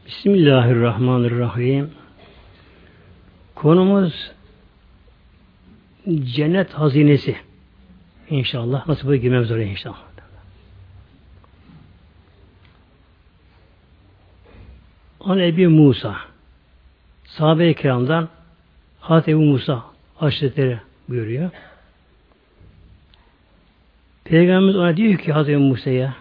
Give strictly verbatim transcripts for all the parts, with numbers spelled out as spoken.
Bismillahirrahmanirrahim. Konumuz cennet hazinesi. İnşallah. Nasıl böyle girmemiz oraya inşallah. An Ebi Musa. Sahabe-i kiramdan Hazreti Ebu Musa Hazretleri buyuruyor. Peygamberimiz ona diyor ki Hazreti Ebu Musa'ya,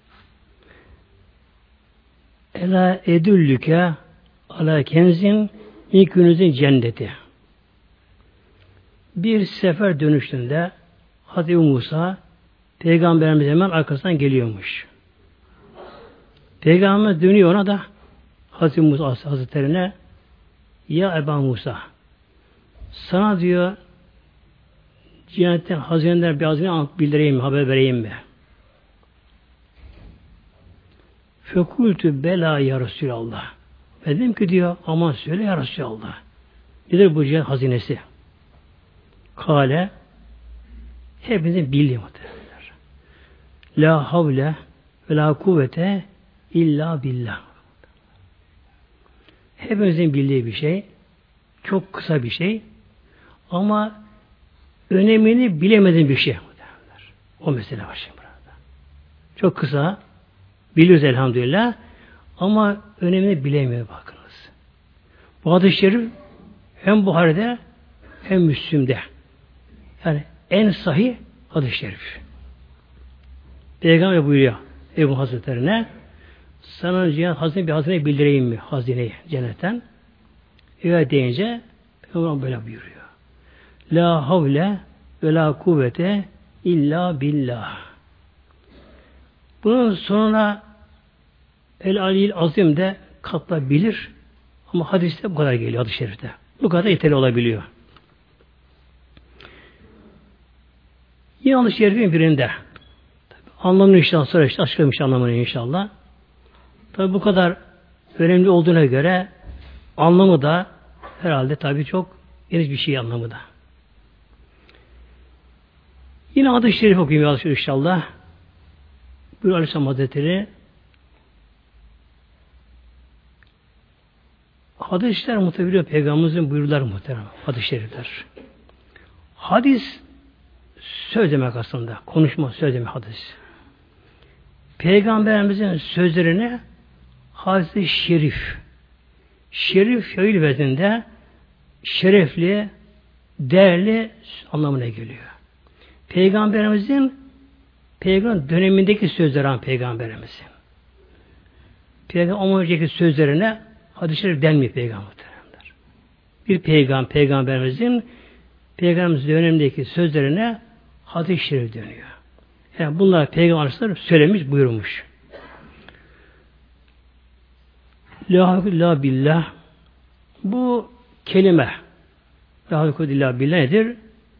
Ela edüllüke ala kenzin ilkünüzün cenneti. Bir sefer dönüştüğünde Hazreti Musa Peygamberimiz hemen arkasından geliyormuş. Peygamberimiz dönüyor ona da Hazreti Musa Hazretlerine, ya Eba Musa, sana diyor cennetten hazineden bir hazine bildireyim mi, haber vereyim mi? Fekultü bela ya Resulallah. Dedim ki diyor, aman söyle ya Resulallah. Nedir bu cennet hazinesi? Kale, hepinizin bildiği muhtemelenler. La havle ve la kuvvete illa billah. Hepimizin bildiği bir şey, çok kısa bir şey, ama önemini bilemediğim bir şey. O mesele var şimdi burada. Çok kısa, biliyoruz elhamdülillah, ama önemini bilemiyor bakınız. Bu hadis-i şerif hem Buhari'de hem Müslim'de. Yani en sahih hadis-i şerif. Peygamber buyuruyor Ebu Hazretlerine, sana cennet hazine bir hazine bildireyim mi? Hazineyi cennetten. Evet deyince Peygamber böyle buyuruyor. La havle ve la kuvvete illa billah. Bunun sonuna El Alil Azim de katılabilir. Ama hadiste bu kadar geliyor hadis-i şerifte. Bu kadar yeterli olabiliyor. Yine hadis-i şerifin birinde anlamını inşallah sonra işte açıklamış anlamını inşallah. Tabi bu kadar önemli olduğuna göre anlamı da herhalde tabi çok geniş bir şey anlamı da. Yine hadis-i şerif okuyayım inşallah. Buyur Aleyhisselam Hazretleri, hadisler muhtemelen Peygamberimizin buyurlar muhtemelen hadis-i şerifler. Hadis söz demek aslında. Konuşma, söz demek hadis. Peygamberimizin sözlerine hadis-i şerif. Şerif fiil vezinde şerefli, değerli anlamına geliyor. Peygamberimizin Peygamber dönemindeki sözleri an Peygamberimizin. Peygamber ondan önceki sözlerine hadis-i şerif denmiyor Peygamber. Bir peygamber Peygamberimizin Peygamberimiz dönemindeki sözlerine hadis-i şerif dönüyor. Yani bunlar Peygamber söylemiş, buyurmuş. La la billah, bu kelime la billah billah nedir?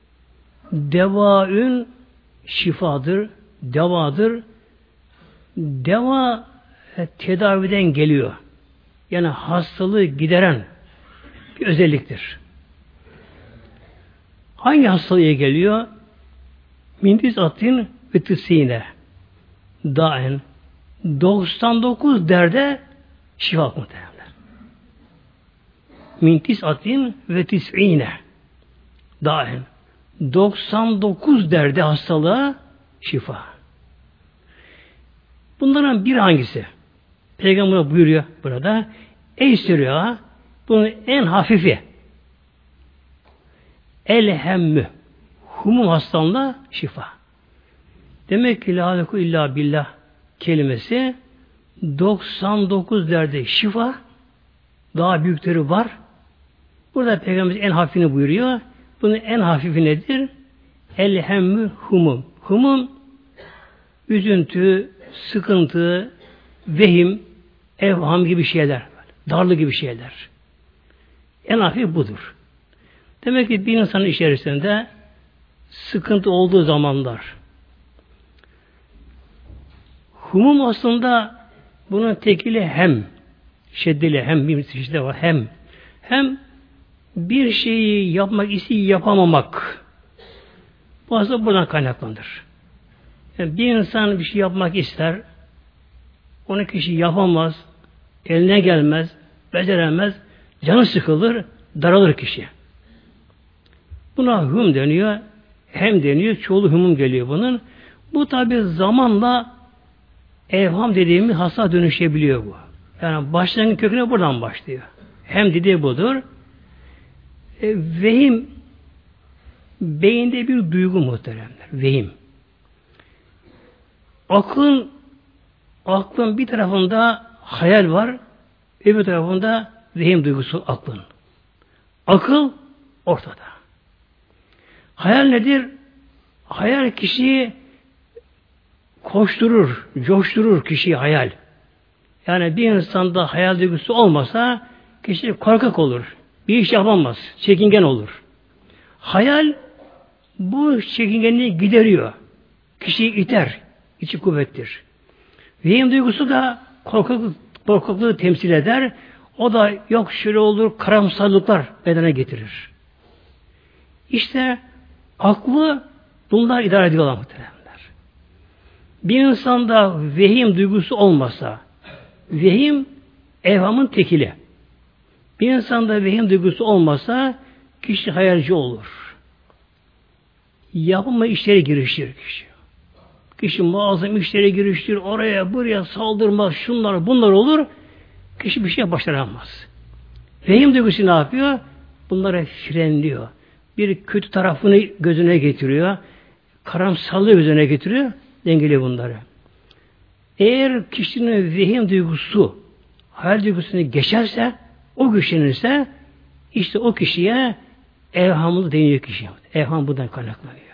Devaün şifadır, devadır. Deva e, tedaviden geliyor. Yani hastalığı gideren bir özelliktir. Hangi hastalığa geliyor? Mintis atin ve tısine daen doksan dokuz derde şifa muhtemelen. Mintis atin ve tisine daen doksan dokuz derde hastalığa şifa. Bunların bir hangisi? Peygamber buyuruyor burada. Eysiriya, bunun en hafifi. El-hemmü. Humum hastalığına şifa. Demek ki la ilahe illa billah kelimesi doksan dokuz derde şifa, daha büyükleri var. Burada Peygamberimiz en hafifini buyuruyor. Bunun en hafifi nedir? El-hemmü humum. Humum üzüntü, sıkıntı, vehim, evham gibi şeyler. Darlık gibi şeyler. En hafif budur. Demek ki bir insanın içerisinde sıkıntı olduğu zamanlar humum aslında bunun tekili hem şeddeli hem bir çeşitli var hem hem bir şeyi yapmak isteyip yapamamak. Bu aslında buradan kaynaklanır. Yani bir insan bir şey yapmak ister, onu kişi yapamaz, eline gelmez, beceremez, canı sıkılır, daralır kişi. Buna hum deniyor, hem deniyor, çoğulu humum geliyor bunun. Bu tabi zamanla evham dediğimiz hasta dönüşebiliyor bu. Yani başlangıç köküne buradan başlıyor. Hem dediği budur. E, vehim beyinde bir duygu muhteremler. Vehim. Aklın aklın bir tarafında hayal var, öbür tarafında vehim duygusu aklın. Akıl ortada. Hayal nedir? Hayal kişiyi koşturur, coşturur kişiyi hayal. Yani bir insanda hayal duygusu olmasa kişi korkak olur. Bir iş yapamaz. Çekingen olur. Hayal bu çekingenliği gideriyor. Kişiyi iter. İçi kuvvettir. Vehim duygusu da korkaklık, korkaklığı temsil eder. O da yok şöyle olur, karamsarlıklar bedene getirir. İşte aklı bunlar idare ediyorlar muhtemelenler. Bir insanda vehim duygusu olmasa, vehim evhamın tekili. Bir insanda vehim duygusu olmasa kişi hayalci olur. Yapma işlere girişir kişi. Kişi muazzam işlere giriştir, oraya buraya saldırmaz, şunlar bunlar olur. Kişi bir şey başaramaz. Vehim duygusu ne yapıyor? Bunları frenliyor. Bir kötü tarafını gözüne getiriyor. Karamsarlığı gözüne getiriyor. Dengeliyor bunları. Eğer kişinin vehim duygusu hayal duygusunu geçerse, o güçlenirse işte o kişiye evhamlı deniyor kişiye. Evham buradan kaynaklanıyor.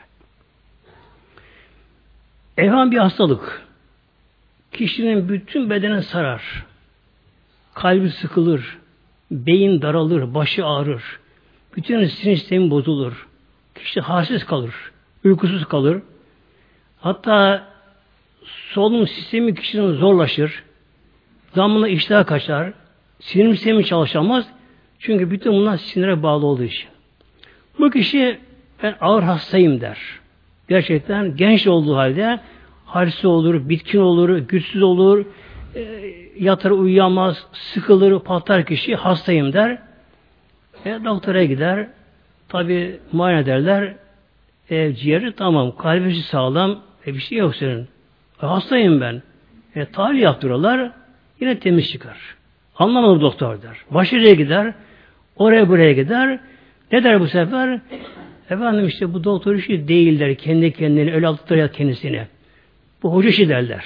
Evham bir hastalık. Kişinin bütün bedeni sarar. Kalbi sıkılır. Beyin daralır. Başı ağrır. Bütün sinir sistemi bozulur. Kişi halsiz kalır. Uykusuz kalır. Hatta solunum sistemi kişinin zorlaşır. Zamanla iştah kaçar. Sinir sistemi çalışamaz. Çünkü bütün bunlar sinire bağlı olduğu için. Bu kişi ben ağır hastayım der. Gerçekten genç olduğu halde halsiz olur, bitkin olur, güçsüz olur, e, yatar uyuyamaz, sıkılır, patlar kişi, hastayım der. E, doktora gider. Tabi muayene ederler. E, ciğeri tamam, kalbisi sağlam, e, bir şey yok senin. E, hastayım ben. E, tahlil yaptırırlar, yine temiz çıkar. Anlamadı doktor der. Başarıya gider, oraya buraya gider. Ne der bu sefer? Efendim işte bu doktor işi değil der. Kendi kendini öyle aldatır kendisini. Bu hoca işi derler.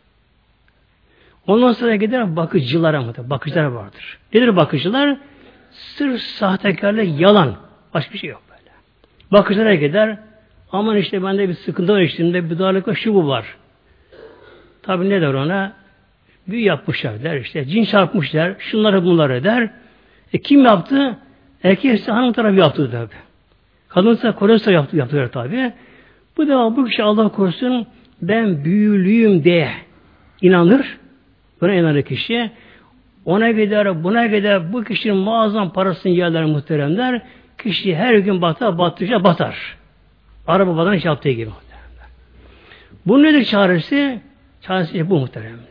Ondan sonra gider bakıcılara mı? Bakıcılar vardır. Nedir bakıcılar? Sırf sahtekarlık, yalan. Başka bir şey yok böyle. Bakıcılara gider. Aman işte bende bir sıkıntı var içimde, bir darlık var, şu bu var. Tabi ne der ona? Büyü yapmışlar der işte. Cin çarpmışlar. Şunları bunları der. E kim yaptı? Erkekse hanım tarafı yaptı tabi. Kadınsa koruysa yaptı, yaptılar tabi. Bu defa bu kişi Allah korusun ben büyülüyüm diye inanır. Buna inanır kişi. Ona gider, buna gider. Bu kişinin muazzam parasını yerler muhteremler. Kişi her gün batar, battıkça batar. Araba badan iş yaptığı gibi muhteremler. Bunun nedir çaresi? Çaresi bu muhteremler.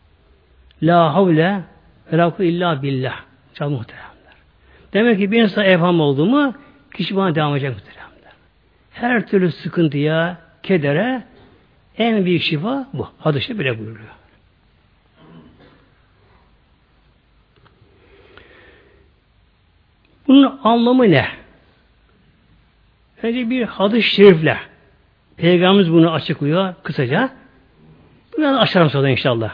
La havle ve la kuvvete illa billah. Çok muhteremler. Demek ki bir insan evham oldu mu kişi bana devam edecek muhteremler. Her türlü sıkıntıya, kedere en büyük şifa bu. Hadis-i bile buyuruyor. Bunun anlamı ne? Önce bir hadis-i şerifle Peygamberimiz bunu açıklıyor kısaca. Biraz açarım sonra inşallah.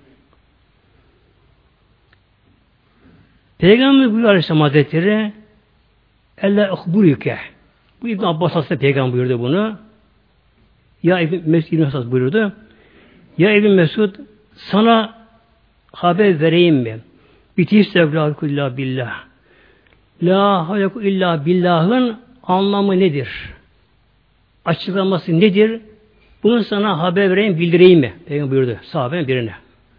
Peygamberimiz buyuruyor Aleyhisselam Hazretleri Elle ahburüke. Bu İbn Abbas Hazretleri Peygamber buyurdu bunu. Ya İbn Mesud İbn Abbas buyurdu. Ya İbn Mesud sana haber vereyim mi? Bitistevlâhu illa billah. La havleku illa billah'ın anlamı nedir? Açıklaması nedir? Bunu sana haber vereyim, bildireyim mi? Peygamber buyurdu sahabenin birine.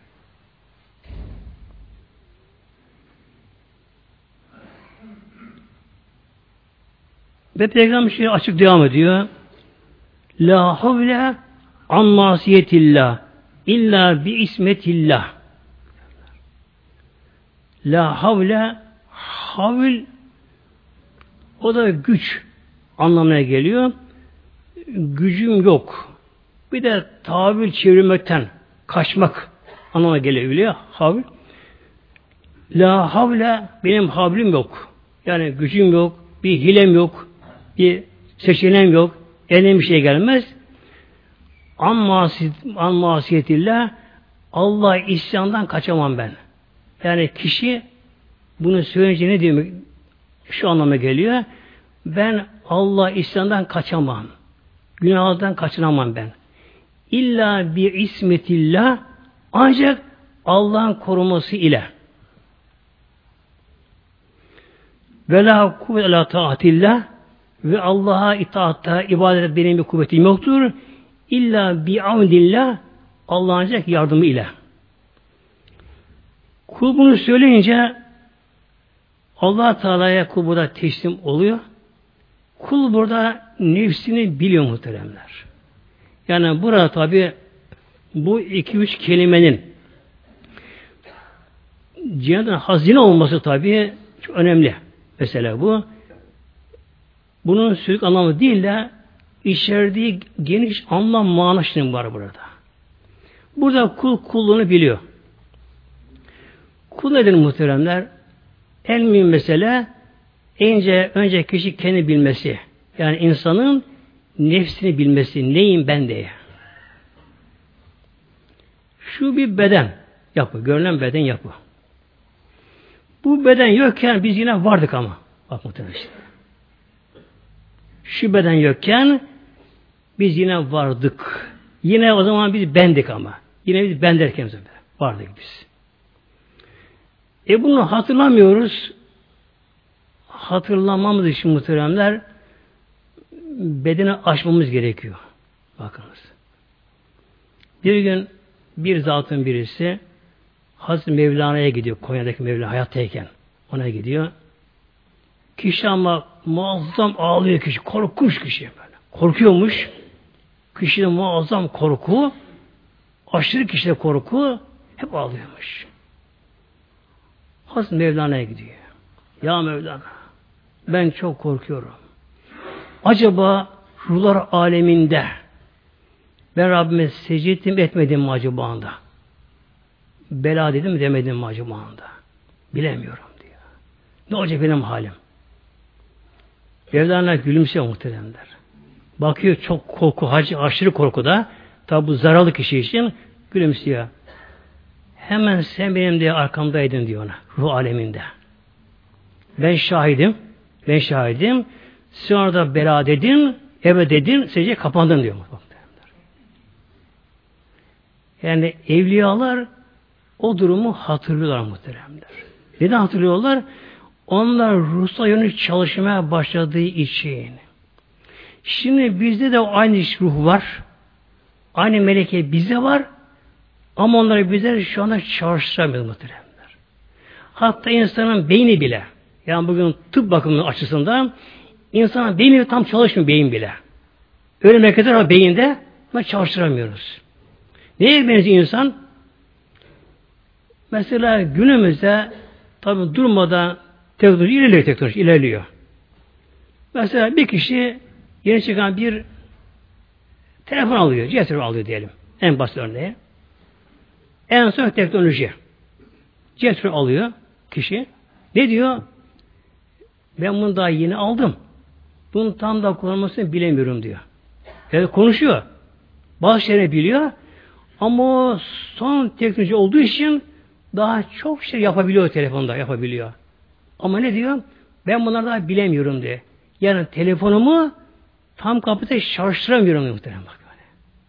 Ve Peygamber şey açık devam ediyor. La havle an masiyetillah illa bi ismetillah. La havle, havl o da güç anlamına geliyor. Gücüm yok. Bir de tavil çevirmekten kaçmak anlamına gelebiliyor. Havl. La havle, benim havlim yok. Yani gücüm yok, bir hilem yok, bir seçeneğim yok, eline bir şey gelmez. An masiyetillah, Allah isyandan kaçamam ben. Yani kişi bunu söyleyince ne diyor? Şu anlama geliyor. Ben Allah isyandan kaçamam. Günahdan kaçınamam ben. İlla bir ismetillah, ancak Allah'ın koruması ile. Ve la kuvvet la taatillah, ve Allah'a itaatta, ibadete benim bir kuvvetim yoktur. İlla bi'avdillah, Allah'ın ancak yardımı ile. Kul bunu söyleyince Allah Teala'ya kul burada teslim oluyor. Kul burada nefsini biliyor muhteremler. Yani burada tabi bu iki üç kelimenin cennetin hazine olması tabi çok önemli. Mesela bu. Bunun sözlük anlamı değil de içerdiği geniş anlam manasının var burada. Burada kul kulluğunu biliyor. Kul nedir muhteremler? En mühim mesele önce, önce kişi kendi bilmesi. Yani insanın nefsini bilmesi. Neyim ben diye. Şu bir beden yapı. Görünen beden yapı. Bu beden yokken biz yine vardık ama. Bak muhtemelen işte. Şu beden yokken biz yine vardık. Yine o zaman biz bendik ama. Yine biz ben derken vardık biz. E bunu hatırlamıyoruz. Hatırlamamız için muhteremler bedeni aşmamız gerekiyor. Bakınız. Bir gün bir zatın birisi Hazreti Mevlana'ya gidiyor. Konya'daki Mevlana hayattayken. Ona gidiyor. Kişi ama muazzam ağlıyor kişi. Korkmuş kişi böyle. Korkuyormuş. Kişide muazzam korku, aşırı kişide korku hep ağlıyormuş. Hazreti Mevlana'ya gidiyor. Ya Mevlana, ben çok korkuyorum. Acaba ruhlar aleminde ben Rabbime secde ettim etmedim mi acaba anda? Bela dedim mi demedim mi acaba anda? Bilemiyorum diyor. Ne olacak benim halim? Mevlana gülümsüyor muhteremler. Bakıyor çok korku, aşırı korkuda. Tabi bu zararlı kişi için gülümsüyor. Hemen sen benim diye arkamdaydın diyor ona. Ruh aleminde. Ben şahidim. Ben şahidim. Sonra da bela dedin. Evet dedin. Secdeye kapandın diyor. Yani evliyalar o durumu hatırlıyorlar muhteremler. Neden hatırlıyorlar? Onlar ruhsal yönü çalışmaya başladığı için. Şimdi bizde de aynı ruh var. Aynı meleke bizde var. Ama onları bizler şu anda çalıştıramıyoruz muhteremler. Hatta insanın beyni bile, yani bugün tıp bakımının açısından insanın beyni tam çalışmıyor, beyin bile. Öyle meleketler var beyinde ama çalıştıramıyoruz. Neye benziyor insan? Mesela günümüzde tabi durmadan teknoloji ilerliyor, teknoloji ilerliyor. Mesela bir kişi yeni çıkan bir telefon alıyor, cihaz telefonu alıyor diyelim. En basit örneği. En son teknoloji. Cihaz telefonu alıyor kişi. Ne diyor? Ben bunu daha yeni aldım. Bunun tam da kullanmasını bilemiyorum diyor. Yani konuşuyor. Bazı şeyleri biliyor. Ama o son teknoloji olduğu için daha çok şey yapabiliyor telefonda, yapabiliyor. Ama ne diyor? Ben bunları daha bilemiyorum diye. Yani telefonumu tam kapasite çalıştıramıyorum muhtemelen bak böyle.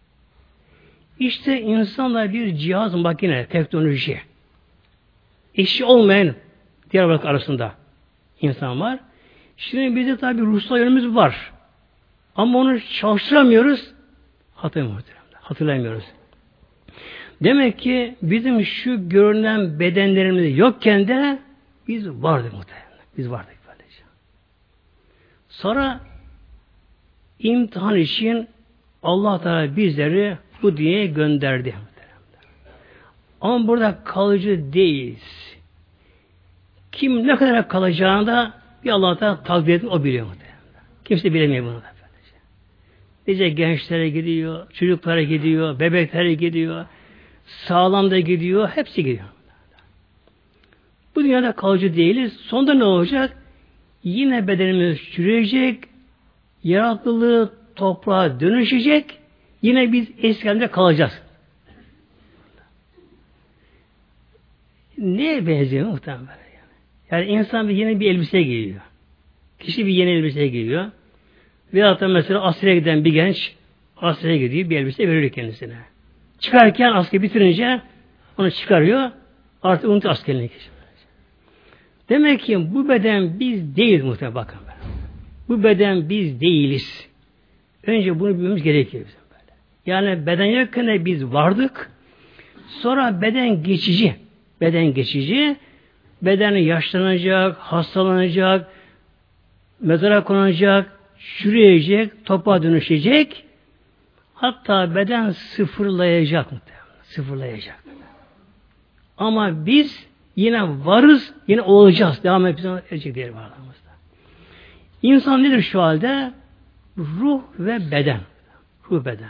İşte insanlar bir cihaz, makine, teknoloji. Eşi olmayan diğer varlık arasında insan var. Şimdi bizde tabi ruhsal yönümüz var. Ama onu çalıştıramıyoruz. Hatırlamıyoruz. Hatırlamıyoruz. Demek ki bizim şu görünen bedenlerimiz yokken de biz vardık muhtemelen. Biz vardık böylece. Sonra imtihan için Allah Teala bizleri bu dünyaya gönderdi. Ama burada kalıcı değiliz. Kim ne kadar kalacağını da bir Allah'tan takdir edin, o biliyor muhtemelen. Kimse bilemiyor bunu da. Nice gençlere gidiyor, çocuklara gidiyor, bebeklere gidiyor, sağlam da gidiyor, hepsi gidiyor. Bu dünyada kalıcı değiliz. Sonunda ne olacak? Yine bedenimiz çürüyecek, yaratlılığı toprağa dönüşecek, yine biz eski halinde kalacağız. Neye benziyor muhtemelen yani? Yani insan bir yeni bir elbise giyiyor. Kişi bir yeni elbise giyiyor. Veyahut da mesela askere giden bir genç askere gidiyor, bir elbise veriyor kendisine. Çıkarken askeri bitirince onu çıkarıyor, artık unutuyor askerliğini. Demek ki bu beden biz değiliz muhtemelen, bakın. Bu beden biz değiliz. Önce bunu bilmemiz gerekiyor bizim böyle. Yani beden yokken biz vardık. Sonra beden geçici. Beden geçici. Beden yaşlanacak, hastalanacak, mezara konacak, çürüyecek, toprağa dönüşecek. Hatta beden sıfırlayacak muhtemelen. Sıfırlayacak. Ama biz yine varız, yine olacağız. Devam edecek diğer varlığımızda. İnsan nedir şu halde? Ruh ve beden. Ruh beden.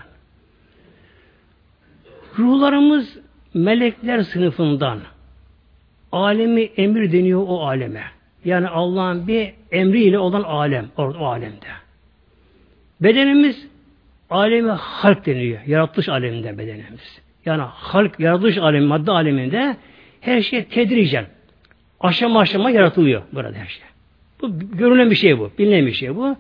Ruhlarımız melekler sınıfından. Alemi emir deniyor o aleme. Yani Allah'ın bir emriyle olan alem. Orada o alemde. Bedenimiz alemi halk deniyor. Yaratılış aleminde bedenimiz. Yani halk, yaratılış alemi, madde aleminde her şey tedricen. Aşama aşama yaratılıyor burada her şey. Bu görünen bir şey bu. Bilinen bir şey bu.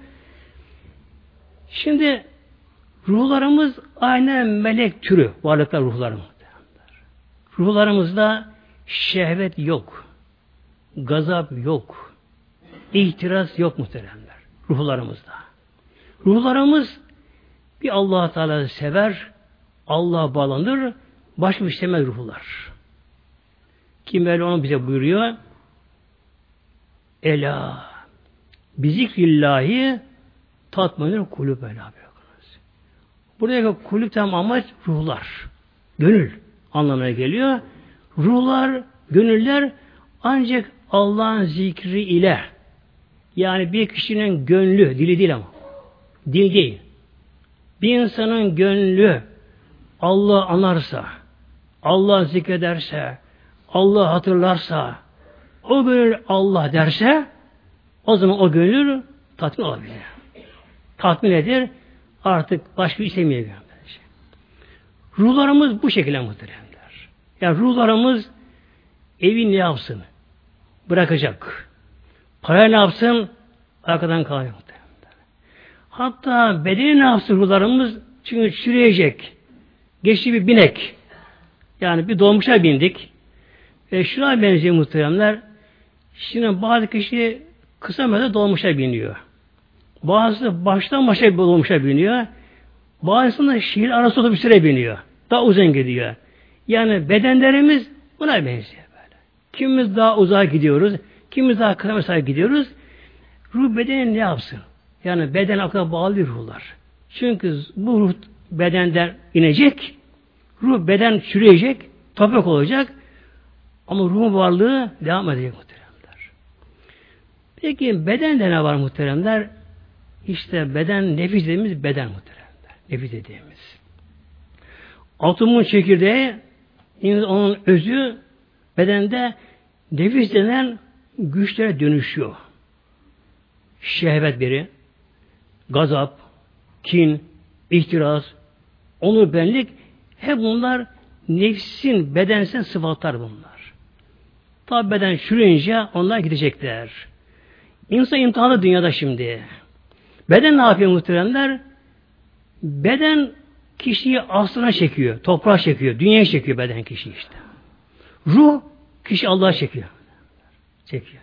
Şimdi ruhlarımız aynen melek türü varlıklar ruhlarımız. Ruhlarımızda şehvet yok. Gazap yok. İhtiras yok muhteremler. Ruhlarımızda. Ruhlarımız bir Allah-u Teala'yı sever, Allah'a bağlanır, başka bir istemez ruhlar. Kim öyle onu bize buyuruyor? Ela bizikrillahi tatmanır kulüp ela. Buradaki kulüp tam amaç ruhlar. Gönül anlamına geliyor. Ruhlar, gönüller ancak Allah'ın zikri ile, yani bir kişinin gönlü, dili değil ama, dil değil. Bir insanın gönlü Allah anarsa, Allah zikrederse, Allah hatırlarsa, o gönül Allah derse, o zaman o gönül tatmin olabilir. Tatmin edir, artık başka bir istemiyor. Ruhlarımız bu şekilde muhteremler. Yani ruhlarımız evi ne yapsın? Bırakacak. Parayı ne yapsın? Arkadan kalıyor muhteremler. Hatta bedeni ne yapsın ruhlarımız? Çünkü çürüyecek. Geçti bir binek. Yani bir dolmuşa bindik. Ve şuna benziyor muhteremler. Şimdi bazı kişi kısa müddet dolmuşa biniyor. Bazısı baştan başa dolmuşa biniyor. Bazısı da şehir arası otobüslere biniyor. Daha uzun gidiyor. Yani bedenlerimiz buna benziyor böyle. Kimimiz daha uzağa gidiyoruz, kimimiz daha kısa mesafe gidiyoruz. Ruh bedeni ne yapsın? Yani beden akla bağlı ruhlar. Çünkü bu ruh bedenden inecek, ruh beden çürüyecek, toprak olacak ama ruhun varlığı devam edecek muhteremler. Peki bedende ne var muhteremler? İşte beden, nefis dediğimiz beden muhteremler. Nefis dediğimiz. Atomun çekirdeği, onun özü bedende nefis denen güçlere dönüşüyor. Şehvet biri, gazap, kin, ihtiras, onur benlik, hep bunlar nefsin, bedensel sıfatlar bunlar. Tabi beden çürüyünce onlar gidecekler. İnsan imtihanı dünyada şimdi. Beden ne yapıyor muhteremler? Beden kişiyi aslına çekiyor, toprağa çekiyor, dünyaya çekiyor beden kişi işte. Ruh kişi Allah'a çekiyor. Çekiyor.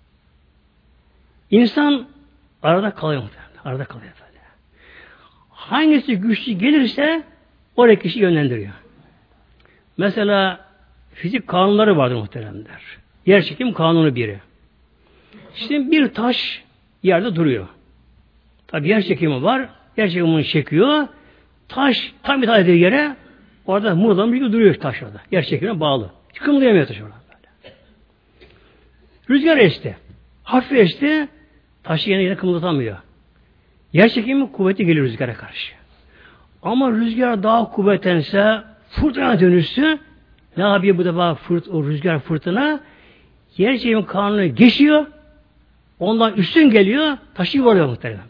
İnsan arada kalıyor muhtemelen. Arada kalıyor böyle. Hangisi güçlü gelirse oraya kişi yönlendiriyor. Mesela fizik kanunları vardır muhteremler. Yer çekim kanunu biri. Şimdi bir taş yerde duruyor. Tabi yer çekimi var. Yer çekimini çekiyor. Taş tam bir tane yere orada muğlamış gibi duruyor taş orada. Yer çekimine bağlı. Kımıldayamıyor taş orada. Böyle. Rüzgar esti. Hafif esti. Taşı yine yine kımıldatamıyor. Yer çekimi kuvveti geliyor rüzgara karşı. Ama rüzgar daha kuvvetlense, fırtına dönüşse, ne yapıyor bu defa fırt, o rüzgar fırtına? Yer çekimi kanunu geçiyor. Ondan üstün geliyor. Taşı yuvarlıyor muhtemelen.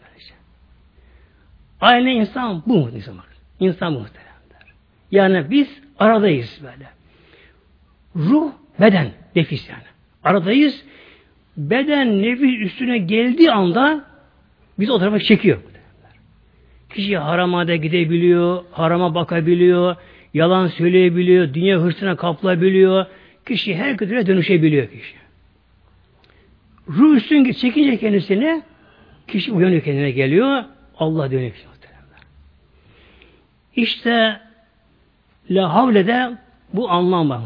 Aynı insan bu muhtemelen. İnsan bu muhtemelen. Yani biz aradayız böyle. Ruh, beden, nefis yani. Aradayız. Beden, nefis üstüne geldiği anda bizi o tarafa çekiyor. Kişi harama da gidebiliyor, harama bakabiliyor, yalan söyleyebiliyor, dünya hırsına kapılabiliyor. Kişi her kötüye dönüşebiliyor kişi. Ruh üstün çekince kendisini, kişi uyanıyor kendine geliyor, Allah dönüyor. İşte la havle'de bu anlam var.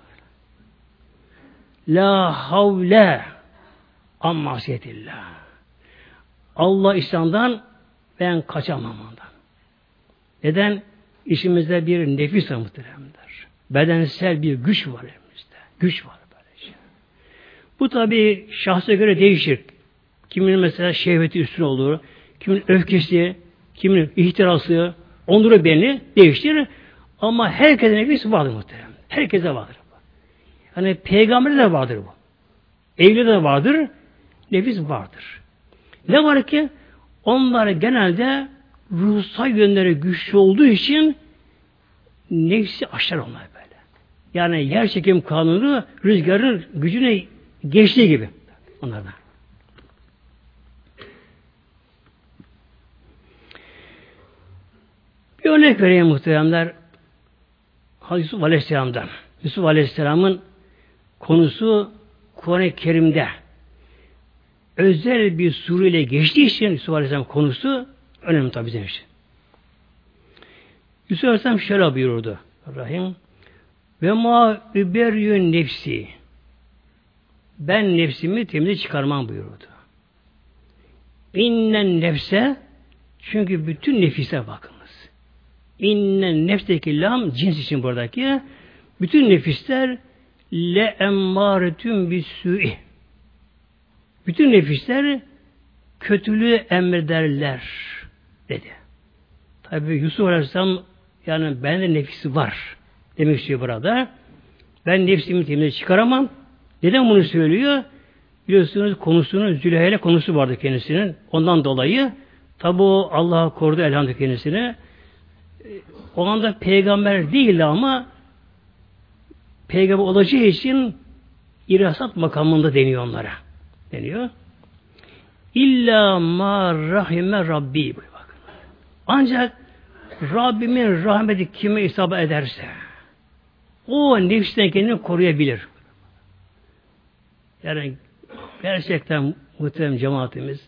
La havle an masiyetillah. Allah İslam'dan ben kaçamam ondan. Neden? İşimizde bir nefis var muhteremler. Bedensel bir güç var elimizde. Güç var böyle şey. Bu tabi şahsa göre değişir. Kimin mesela şehveti üstün olur, kimin öfkesi, kimin ihtirası, onuru beni değiştirir. Ama herkesin nefis vardır muhterem. Herkese vardır. Yani peygamberde de vardır bu. Evlide de vardır. Nefis vardır. Ne var ki? Onlar genelde ruhsal yönleri güçlü olduğu için nefsi aşar onlar böyle. Yani yer çekim kanunu rüzgarın gücüne geçtiği gibi onlardan. Bir örnek vereyim muhteremler. Hazreti Yusuf Aleyhisselam'dan. Yusuf Aleyhisselam'ın konusu Kur'an-ı Kerim'de özel bir suruyla geçtiği için Yusuf Aleyhisselam konusu önemli tabi bizim için. Yusuf Aleyhisselam şöyle buyururdu. Rahim ve ma überyün nefsi ben nefsimi temize çıkarmam buyururdu. İnnen nefse çünkü bütün nefise bakınız. İnnen nefsteki lam cins için buradaki bütün nefisler le emmâretün bis-sû'i. Bütün nefisler kötülüğü emrederler dedi. Tabi Yusuf Aleyhisselam yani bende nefisi var demek istiyor burada. Ben nefsimi temize çıkaramam. Neden bunu söylüyor? Biliyorsunuz konusunu Züleyha ile konusu vardı kendisinin. Ondan dolayı tabi o Allah'a korudu elhamdülillah kendisini. O anda peygamber değildi ama peygamber olacağı için irasat makamında deniyor onlara. Deniyor. İlla ma rahime Rabbi. Bakın. Ancak Rabbimin rahmeti kime isabet ederse o nefsinden kendini koruyabilir. Yani gerçekten muhterem cemaatimiz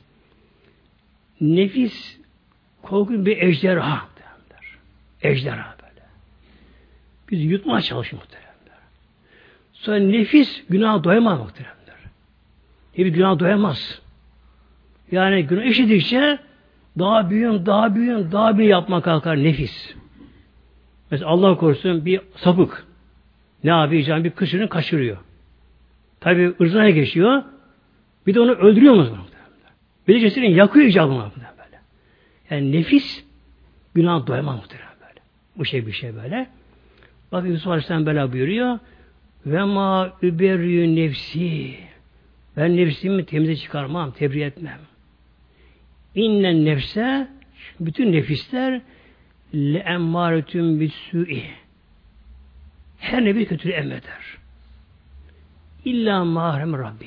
nefis korkunç bir ejderha derler. Ejderha böyle. Biz yutmaya çalışıyoruz muhteremler. Sonra nefis günaha doyamaz muhteremler. Nefis günaha doyamaz. Yani günah işledikçe daha büyüğün, daha büyüğün, daha büyüğün yapma kalkar nefis. Mesela Allah korusun bir sapık ne yapacağını bir kişinin kaçırıyor. Tabi ırzına geçiyor. Bir de onu öldürüyor mu? Bir de cesedini yakıyor icabına böyle. Yani nefis günah doyamaz muhtemelen böyle. Bu şey bir şey böyle. Bakın Yusuf Aleyhisselam böyle buyuruyor. Ve ma überiyü nefsi. Ben nefsimi temize çıkarmam, tebriğ etmem. İnnen nefse bütün nefisler le emmâretün bis-sû'i. Her nebi kötülüğü emreder. İlla mahrem Rabbi.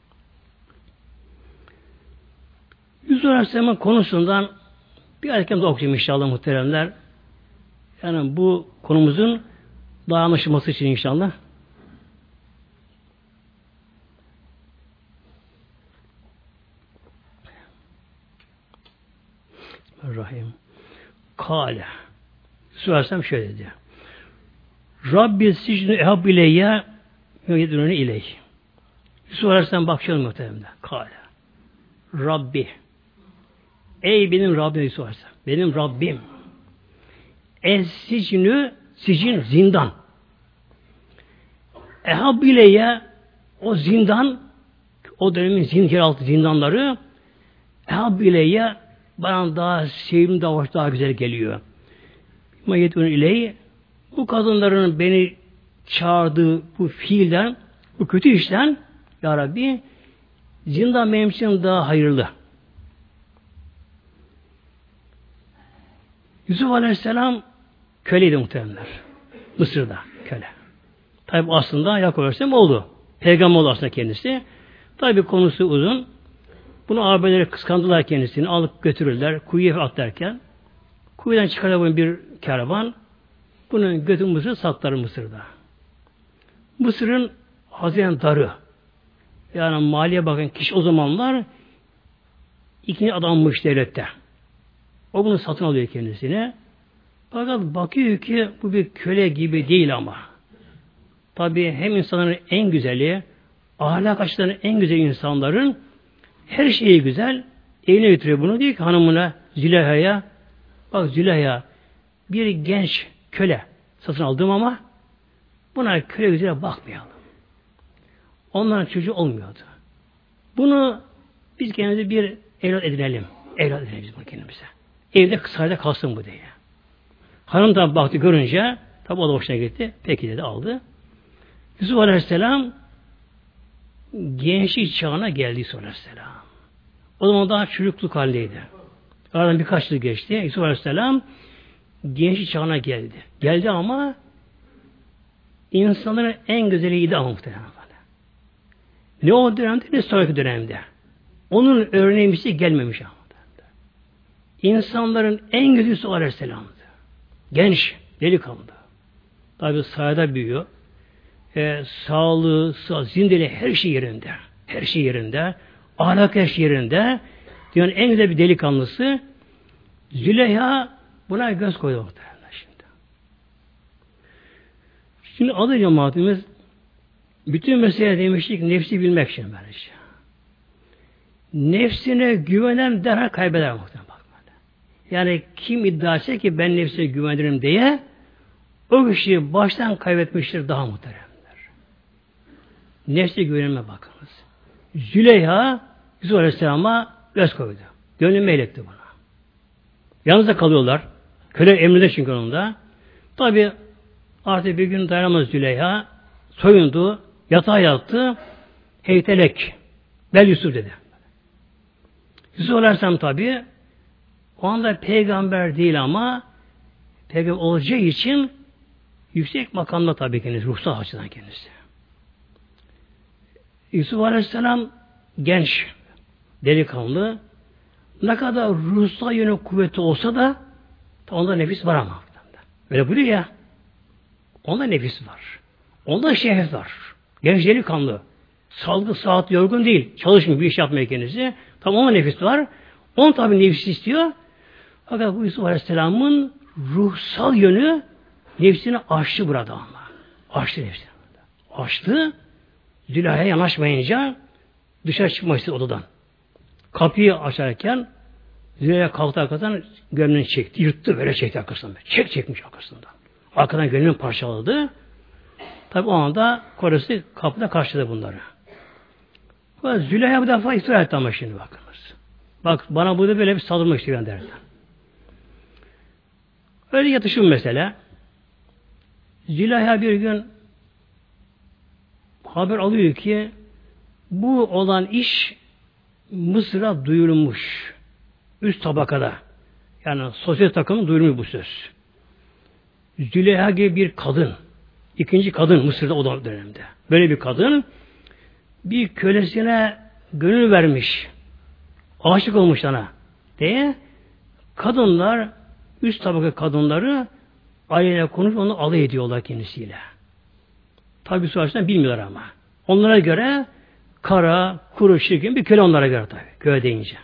Yusuf Aleyhisselam'ın konusundan bir ayet-i okuyayım inşallah muhteremler. Yani bu konumuzun daha anlaşılması için inşallah. Bismillahirrahmanirrahim. Kâle. Yusuf Aleyhisselam şöyle dedi. Rabbi sicnu ehab ileyye yedrünü ileyh. Yusuf Aleyhisselam bakışıyor muhteremler. Kâle. Rabbi. Ey benim Rabbim Yusuf Aleyhisselam. Benim Rabbim. Es sicnu sicin zindan. Ehab ileyye o zindan o dönemin zincir altı zindanları Ehabbileye bana daha sevimli, daha hoş, daha güzel geliyor. Mayetun ileyi bu kadınların beni çağırdığı bu fiilden, bu kötü işten Ya Rabbi zindan benim için daha hayırlı. Yusuf Aleyhisselam köleydi muhtemelenler. Mısır'da köle. Tabi aslında Yakup Aleyhisselam oldu. Peygamber oldu aslında kendisi. Tabi konusu uzun. Bunu ağabeyleri kıskandılar kendisini. Alıp götürürler. Kuyuya atlarken. Kuyudan çıkardı bir kervan. Bunun götü Mısır sattılar Mısır'da. Mısır'ın hazine darı. Yani maliye bakın kişi o zamanlar ikinci adammış devlette. O bunu satın alıyor kendisine. Fakat bakıyor ki bu bir köle gibi değil ama. Tabii hem insanların en güzeli, ahlak açıdan en güzel insanların her şeyi güzel. Evine götürüyor bunu. Diyor ki hanımına, Züleyha'ya, bak Züleyha bir genç köle satın aldım ama buna köle güzel bakmayalım. Onların çocuğu olmuyordu. Bunu biz kendimize bir evlat edinelim. Evlat edinelim biz bunu kendimize. Evde kısayda kalsın bu diye. Hanım da baktı görünce tabi o da hoşuna gitti. Peki dedi aldı. Yusuf Aleyhisselam gençlik çağına geldi Yusuf Aleyhisselam. O zaman daha çocukluk haldeydi. Aradan birkaç yıl geçti. Yusuf Aleyhisselam gençlik çağına geldi. Geldi ama insanların en güzeliydi ama muhtemelen. Ne o dönemde ne sonraki dönemde. Onun örneği bir şey gelmemiş ama. İnsanların en güzeli Yusuf Aleyhisselam'dı. Genç, delikanlı. Tabi sahada büyüyor. E, sağlığı, sağ, zindeli her şey yerinde. Her şey yerinde. Ahlak her şey yerinde. Dünyanın en güzel bir delikanlısı. Züleyha buna göz koydu muhtemelen şimdi. Şimdi adı cemaatimiz bütün mesele demiştik nefsi bilmek için böylece. Nefsine güvenen derhal kaybeder muhtemelen. Yani kim iddia etse ki ben nefsine güvenirim diye o kişi baştan kaybetmiştir daha muhteremler. Nefsine güvenilme bakınız. Züleyha Yusuf Aleyhisselam'a göz koydu. Gönlü meyletti buna. Yalnız da kalıyorlar. Köle emrinde çünkü onun da. Tabi artık bir gün dayanamaz Züleyha. Soyundu. Yatağa yattı. Heytelek. Bel Yusuf dedi. Yusuf Aleyhisselam tabi o anda peygamber değil ama peygamber olacağı için yüksek makamda tabii kendisi, ruhsal açıdan kendisi. Yusuf Aleyhisselam genç, delikanlı, ne kadar ruhsal yönü kuvveti olsa da onda nefis var ama. Öyle buyuruyor ya, onda nefis var. Onda şehvet var. Genç delikanlı. Salgı, saat, yorgun değil. Çalışmıyor, bir iş yapmıyor kendisi. Tam onda nefis var. Onun tabii nefis istiyor. Fakat bu Yusuf Aleyhisselam'ın ruhsal yönü nefsini aştı burada ama. Aştı nefsini. Aştı. Züleyha'ya yanaşmayınca dışarı çıkmak istedi odadan. Kapıyı açarken Züleyha kalktı arkadan gömleğini çekti. Yırttı böyle çekti arkasından. Çek çekmiş arkasından. Arkadan gömleğini parçaladı. Tabi o anda koresi kapıda karşıladı bunları. Züleyha bu defa iftira etti ama şimdi bakınız. Bak bana burada böyle bir saldırmak istiyor derdi. Öyle yatışım mesela. Züleyha bir gün haber alıyor ki bu olan iş Mısır'a duyurulmuş. Üst tabakada. Yani sosyal takımı duyurmuş bu söz. Züleyha gibi bir kadın, ikinci kadın Mısır'da o dönemde. Böyle bir kadın bir kölesine gönül vermiş. Aşık olmuş ona diye kadınlar üst tabaka kadınları aileyle konuşup onu alay ediyorlar kendisiyle. Tabi sonrasında bilmiyorlar ama. Onlara göre kara, kuru, şirkin bir köle onlara göre tabi. Köle deyince.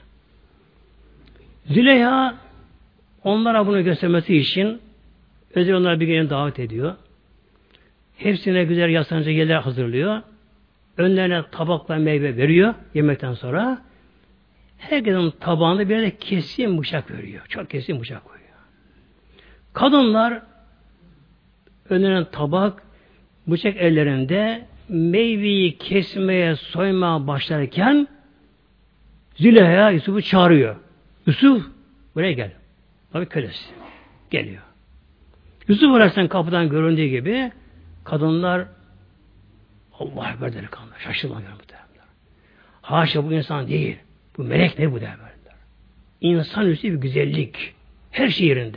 Züleyha onlara bunu göstermesi için özel onlara bir gün davet ediyor. Hepsine güzel yaslanacak yerler hazırlıyor. Önlerine tabakla meyve veriyor yemekten sonra. Herkesin tabağında bir de kesin bıçak veriyor. Çok kesin bıçak koyuyor. Kadınlar önlerine tabak, bıçak ellerinde meyveyi kesmeye, soymaya başlarken Züleyha Yusuf'u çağırıyor. Yusuf buraya gel. Tabii kölesi. Geliyor. Yusuf Aleyhisselam kapıdan göründüğü gibi kadınlar Allah Ekber delikanlı. Şaşırma görüyor muhtemelen. Haşa bu insan değil. Bu melek ne bu derler. İnsanüstü bir güzellik. Her şey yerinde.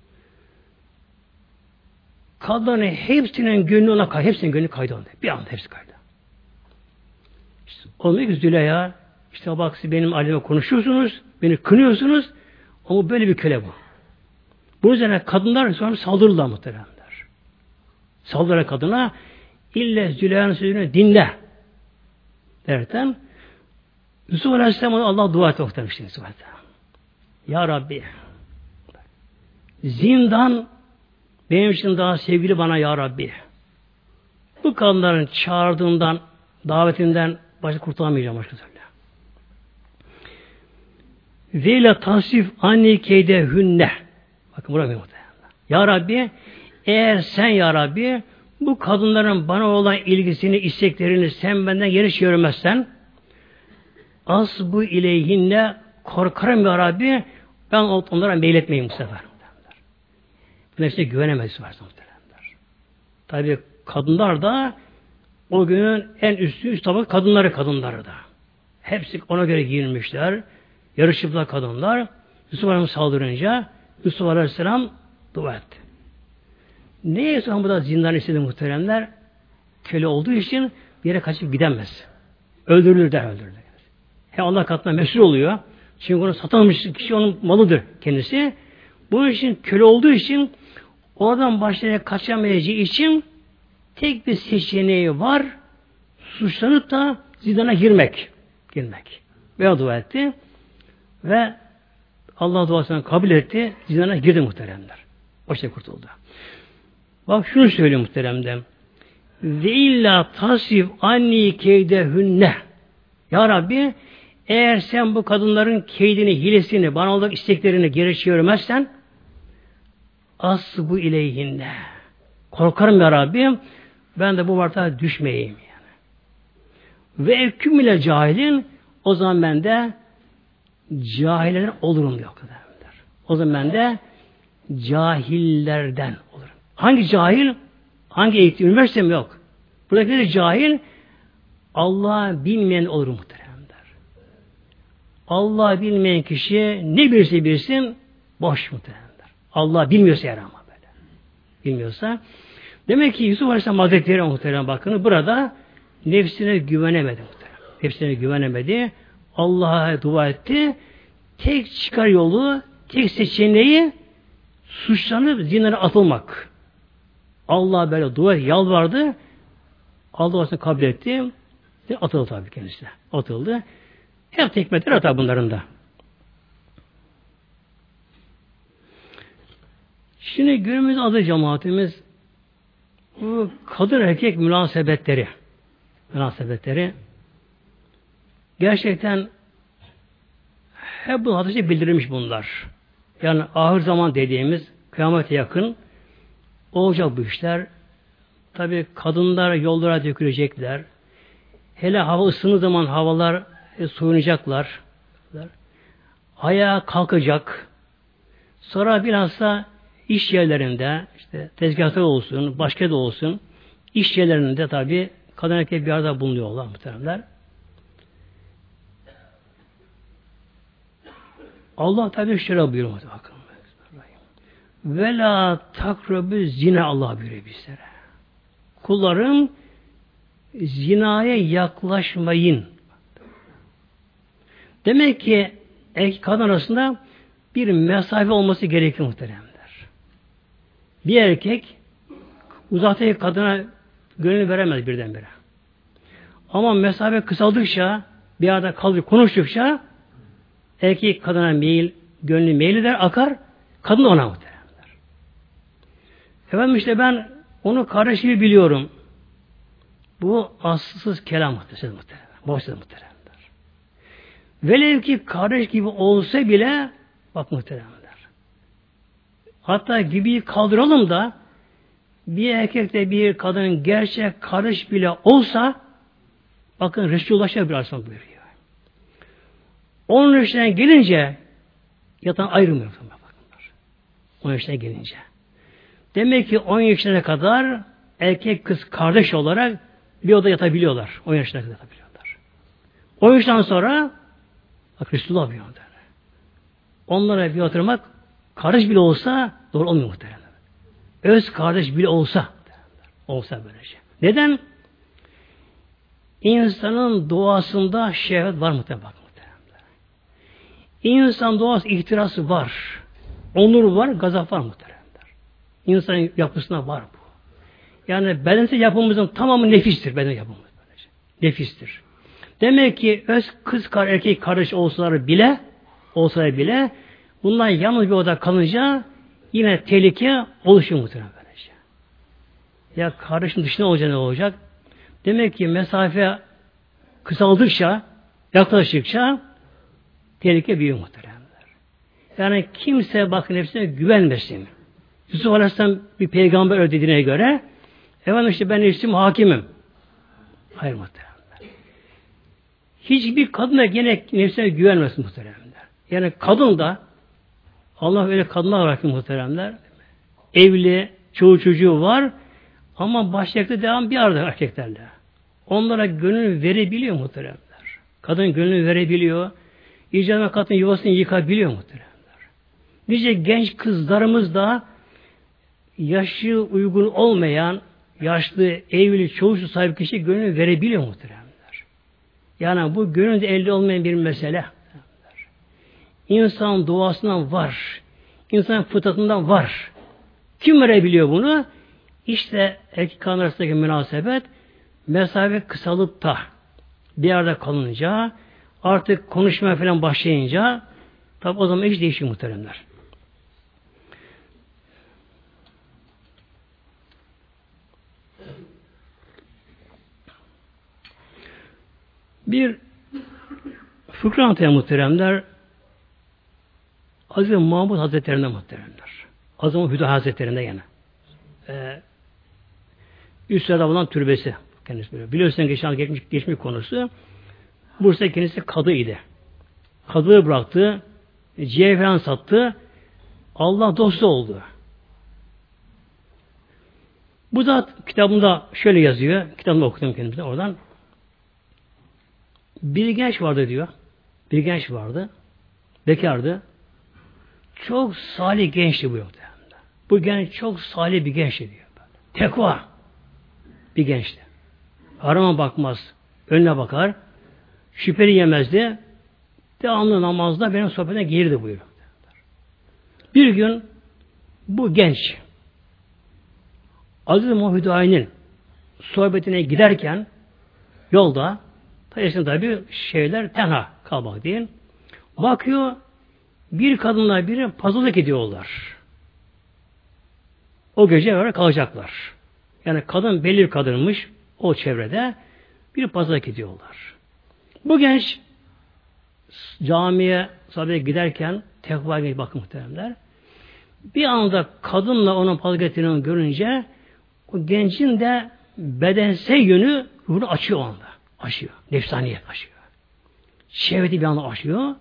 Kadınların hepsinin gönlü ona kaydı. Hepsinin gönlü kaydı onda. Bir anda hepsi kaydı. İşte, olmuyor ki Züleyha işte bak siz benim aleme konuşuyorsunuz, beni kınıyorsunuz ama böyle bir köle bu. Bu yüzden kadınlar sonra saldırırlar muhtemelenler. Saldıran kadına ille Züleyha'nın sözünü dinle derken Yusuf Aleyhisselam Allah dua etti muhtemelen. Ya Rabbi zindan benim için daha sevgili bana ya Rabbi. Bu kadınların çağırdığından, davetinden başka kurtulamayacağım başka türlü. Ve la tasif anni keyde hünne. Bakın buraya muhtemelen. Ya Rabbi eğer sen ya Rabbi bu kadınların bana olan ilgisini, isteklerini sen benden geri çevirmezsen asbu ileyhinne korkarım ya Rabbi ben onlara meyletmeyeyim bu sefer. Bu nefsine güvenemez varsa muhtemelenler. Tabi kadınlar da o günün en üstü üst tabak kadınları kadınları da. Hepsi ona göre giyinmişler. Yarışıplar kadınlar. Yusuf Aleyhisselam saldırınca Yusuf Aleyhisselam dua etti. Neye sonra bu da zindan istedi muhteremler? Köle olduğu için bir yere kaçıp gidemez. Öldürülür der öldürülür. Hem Allah katına mesul oluyor. Çünkü onu satılmış kişi onun malıdır kendisi. Bunun için köle olduğu için oradan başlayarak kaçamayacağı için tek bir seçeneği var. Suçlanıp da zindana girmek. Girmek. Ve dua etti. Ve Allah duasını kabul etti. Zindana girdi muhteremler. O şey kurtuldu. Bak şunu söyleyeyim muhteremden. Ve illa tasif anni keyde hünne. Ya Rabbi eğer sen bu kadınların keydini, hilesini, bana olan isteklerini geri çevirmezsen asbu ileyhinne. Korkarım ya Rabbi ben de bu varlığa düşmeyeyim yani. Ve ekümüle cahilin o zaman ben de cahillerden olurum diyor. O zaman ben de cahillerden olurum. Hangi cahil? Hangi eğitim? Üniversite mi yok? Buradakileri cahil Allah'ı bilmeyen olur muhteremler. Allah'ı bilmeyen kişi ne bilirse bilsin boş muhteremler. Allah bilmiyorsa yer ama böyle. Bilmiyorsa. Demek ki Yusuf Aleyhisselam Hazretleri muhterem bakın burada nefsine güvenemedi muhterem. Nefsine güvenemedi. Allah'a dua etti. Tek çıkar yolu, tek seçeneği suçlanıp zinara atılmak. Allah böyle dua yalvardı. Allah duasını kabul etti. Atıldı tabii kendisine. Atıldı. Hep hikmetler atar bunların da. Şimdi günümüz adı cemaatimiz bu kadın erkek münasebetleri münasebetleri gerçekten hep bu hadise bildirilmiş bunlar. Yani ahir zaman dediğimiz kıyamete yakın olacak bu işler. Tabi kadınlar yollara dökülecekler. Hele hava ısındığı zaman havalar e, soyunacaklar. Ayağa kalkacak. Sonra bilhassa iş yerlerinde, işte tezgahta olsun, başka da olsun, iş yerlerinde tabi kadın erkek bir arada bulunuyorlar muhteremler. Allah tabi şöyle buyuruyor. Bakın. Ve la takrabü zina Allah buyuruyor bizlere. Kullarım zinaya yaklaşmayın. Demek ki erkek kadın arasında bir mesafe olması gerekiyor muhteremler. Bir erkek uzaktaki kadına gönül veremez birdenbire. Ama mesafe kısaldıkça bir arada kalıyor konuştukça erkek kadına meyil, gönlü meyil eder, akar, kadın ona muhteremler. Efendim işte ben onu kardeş gibi biliyorum. Bu aslsız kelam muhteremler. Boşsuz muhteremler. Velev ki kardeş gibi olsa bile bak muhteremler. Hatta gibi kaldıralım da bir erkekle bir kadının gerçek kardeş bile olsa, bakın Resulullah'a bir arasında buyuruyor. on yaşına gelince yatan ayrılmıyor. on yaşına gelince. Demek ki on yaşına kadar erkek kız kardeş olarak bir oda yatabiliyorlar. on yaşına kadar yatabiliyorlar. on yaştan sonra bak Resulullah buyuruyor. Onlara bir oturmak kardeş bile olsa doğru olmuyor muhtemelen. Öz kardeş bile olsa olsa böyle şey. Neden? İnsanın doğasında şehvet var muhtemelen. Bak, muhtemelen. İnsan doğası ihtirası var. Onur var, gazap var muhtemelen. İnsanın yapısına var bu. Yani bedensel yapımızın tamamı nefistir. Beden yapımız böylece. Nefistir. Demek ki öz kız kar erkek kardeş olsalar bile olsalar bile bunlar yalnız bir oda kalınca yine tehlike oluşuyor muhtemelen böylece. Ya kardeşin dışında olacak ne olacak? Demek ki mesafe kısaldıkça, yaklaştıkça tehlike büyüyor muhtemelen. Yani kimse bakın nefsine güvenmesin. Yusuf Aleyhisselam bir peygamber ödediğine göre efendim işte ben nefsim hakimim. Hayır muhtemelen. Hiçbir kadına gene nefsine güvenmesin muhteremler. Yani kadın da Allah öyle kadınlar var ki muhteremler. Evli, çoğu çocuğu var ama başlıkta devam bir arada erkeklerle. Onlara gönül verebiliyor muhteremler. Kadın gönül verebiliyor. İcabına kadın yuvasını yıkabiliyor muhteremler. Nice genç kızlarımız da yaşı uygun olmayan yaşlı, evli, çoğu sahibi kişi gönül verebiliyor muhteremler. Yani bu gönülde elde olmayan bir mesele. İnsan doğasından var. İnsan fıtratından var. Kim verebiliyor bunu? İşte erkek kadın arasındaki münasebet mesafe kısalıp da bir yerde kalınca artık konuşmaya falan başlayınca tabi o zaman hiç değişiyor muhteremler. Bir fıkra anlatıyor muhteremler. Aziz Mahmud Hazretleri'nde muhteremler. Aziz Mahmud Hüda Hazretleri'nde gene. Ee, Üstler'de bulunan türbesi. Kendisi böyle. Biliyorsunuz geçen geçmiş, geçmiş konusu. Bursa'da kendisi kadıydı. Kadığı bıraktı. Ciğer falan sattı. Allah dostu oldu. Bu da kitabımda şöyle yazıyor. Kitabımda okudum kendimden oradan. Bir genç vardı diyor. Bir genç vardı. Bekardı. Çok salih gençti bu yoktu. Bu genç çok salih bir gençti diyor. Tekva bir gençti. Harama bakmaz. Önüne bakar. Şüpheli yemezdi. Devamlı namazda benim sohbetine gelirdi buyuruyor. Bir gün bu genç Aziz Mahmud Hüdayi'nin sohbetine giderken yolda tabii tabi şeyler tenha kalmak değil. Bakıyor bir kadınla biri pazarlık ediyorlar. O gece böyle kalacaklar. Yani kadın belli bir kadınmış o çevrede bir pazarlık ediyorlar. Bu genç camiye sahabeye giderken tekvaya bakın muhteremler. Bir anda kadınla onun pazarlık ettiğini görünce o gencin de bedensel yönü ruhunu açıyor o anda. Açıyor. Nefsaniyet açıyor. Şehveti bir anda açıyor.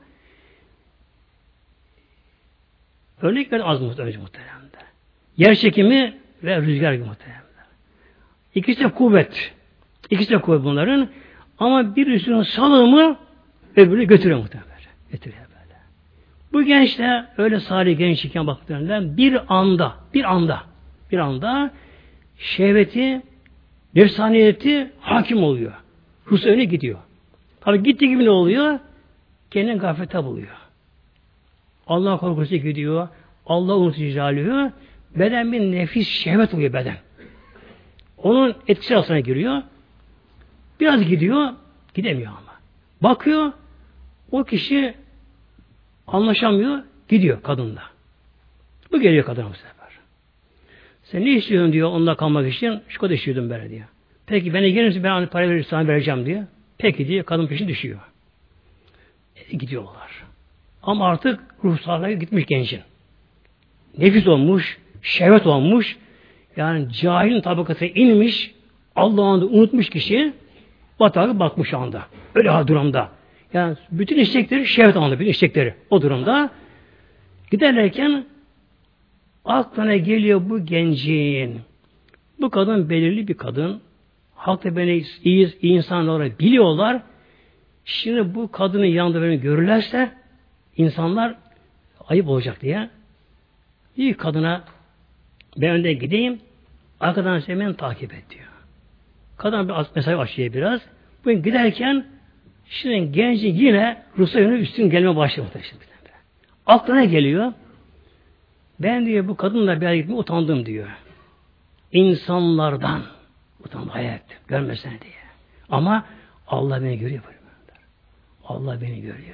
Örnek verdim az muhtemelen. Yer çekimi ve rüzgar gibi muhtemelen. İkisi de kuvvet. İkisi de kuvvet bunların. Ama bir üstünün salığı mı öbürünü götürüyor muhtemelen. Götürüyor böyle. Bu genç de öyle salih genç iken baktıklarında bir anda, bir anda, bir anda şehveti, nefsaniyeti hakim oluyor. Rus öne gidiyor. Tabi gittiği gibi ne oluyor? Kendini gaflete buluyor. Allah korkusu gidiyor. Allah unutucu alıyor. Beden bir nefis şehvet oluyor beden. Onun etkisi altına giriyor. Biraz gidiyor. Gidemiyor ama. Bakıyor. O kişi anlaşamıyor. Gidiyor kadınla. Bu geliyor kadına bu sefer. Sen ne istiyorsun diyor onunla kalmak için. Şu kadar istiyordum böyle diyor. Peki bana gelir misin? Ben hani para verir, sana vereceğim diyor. Peki diyor. Kadın peşine düşüyor. E, gidiyorlar. Ama artık ruh sağlığı gitmiş gencin. Nefis olmuş, şehvet olmuş, Yani cahilin tabakasına inmiş, Allah'ını unutmuş kişi batağa bakmış anda. Öyle ha durumda. Yani bütün istekleri şehvet anında, bütün istekleri o durumda. Giderlerken aklına geliyor bu gencin. Bu kadın belirli bir kadın. Halkta beni iyi, iyi insan olarak biliyorlar. Şimdi bu kadının yanında beni görürlerse insanlar ayıp olacak diye bir kadına ben önden gideyim, arkadan sen beni takip et diyor. Kadın bir mesaj açıyor biraz. Bugün giderken şimdi genci yine Rus'a yönü üstün gelme başlıyor. Aklına geliyor. Ben diyor bu kadınla bir yere gitmeye utandım diyor. İnsanlardan utandım, hayal ettim. Görmesen diye. Ama Allah beni görüyor böyle. Allah beni görüyor.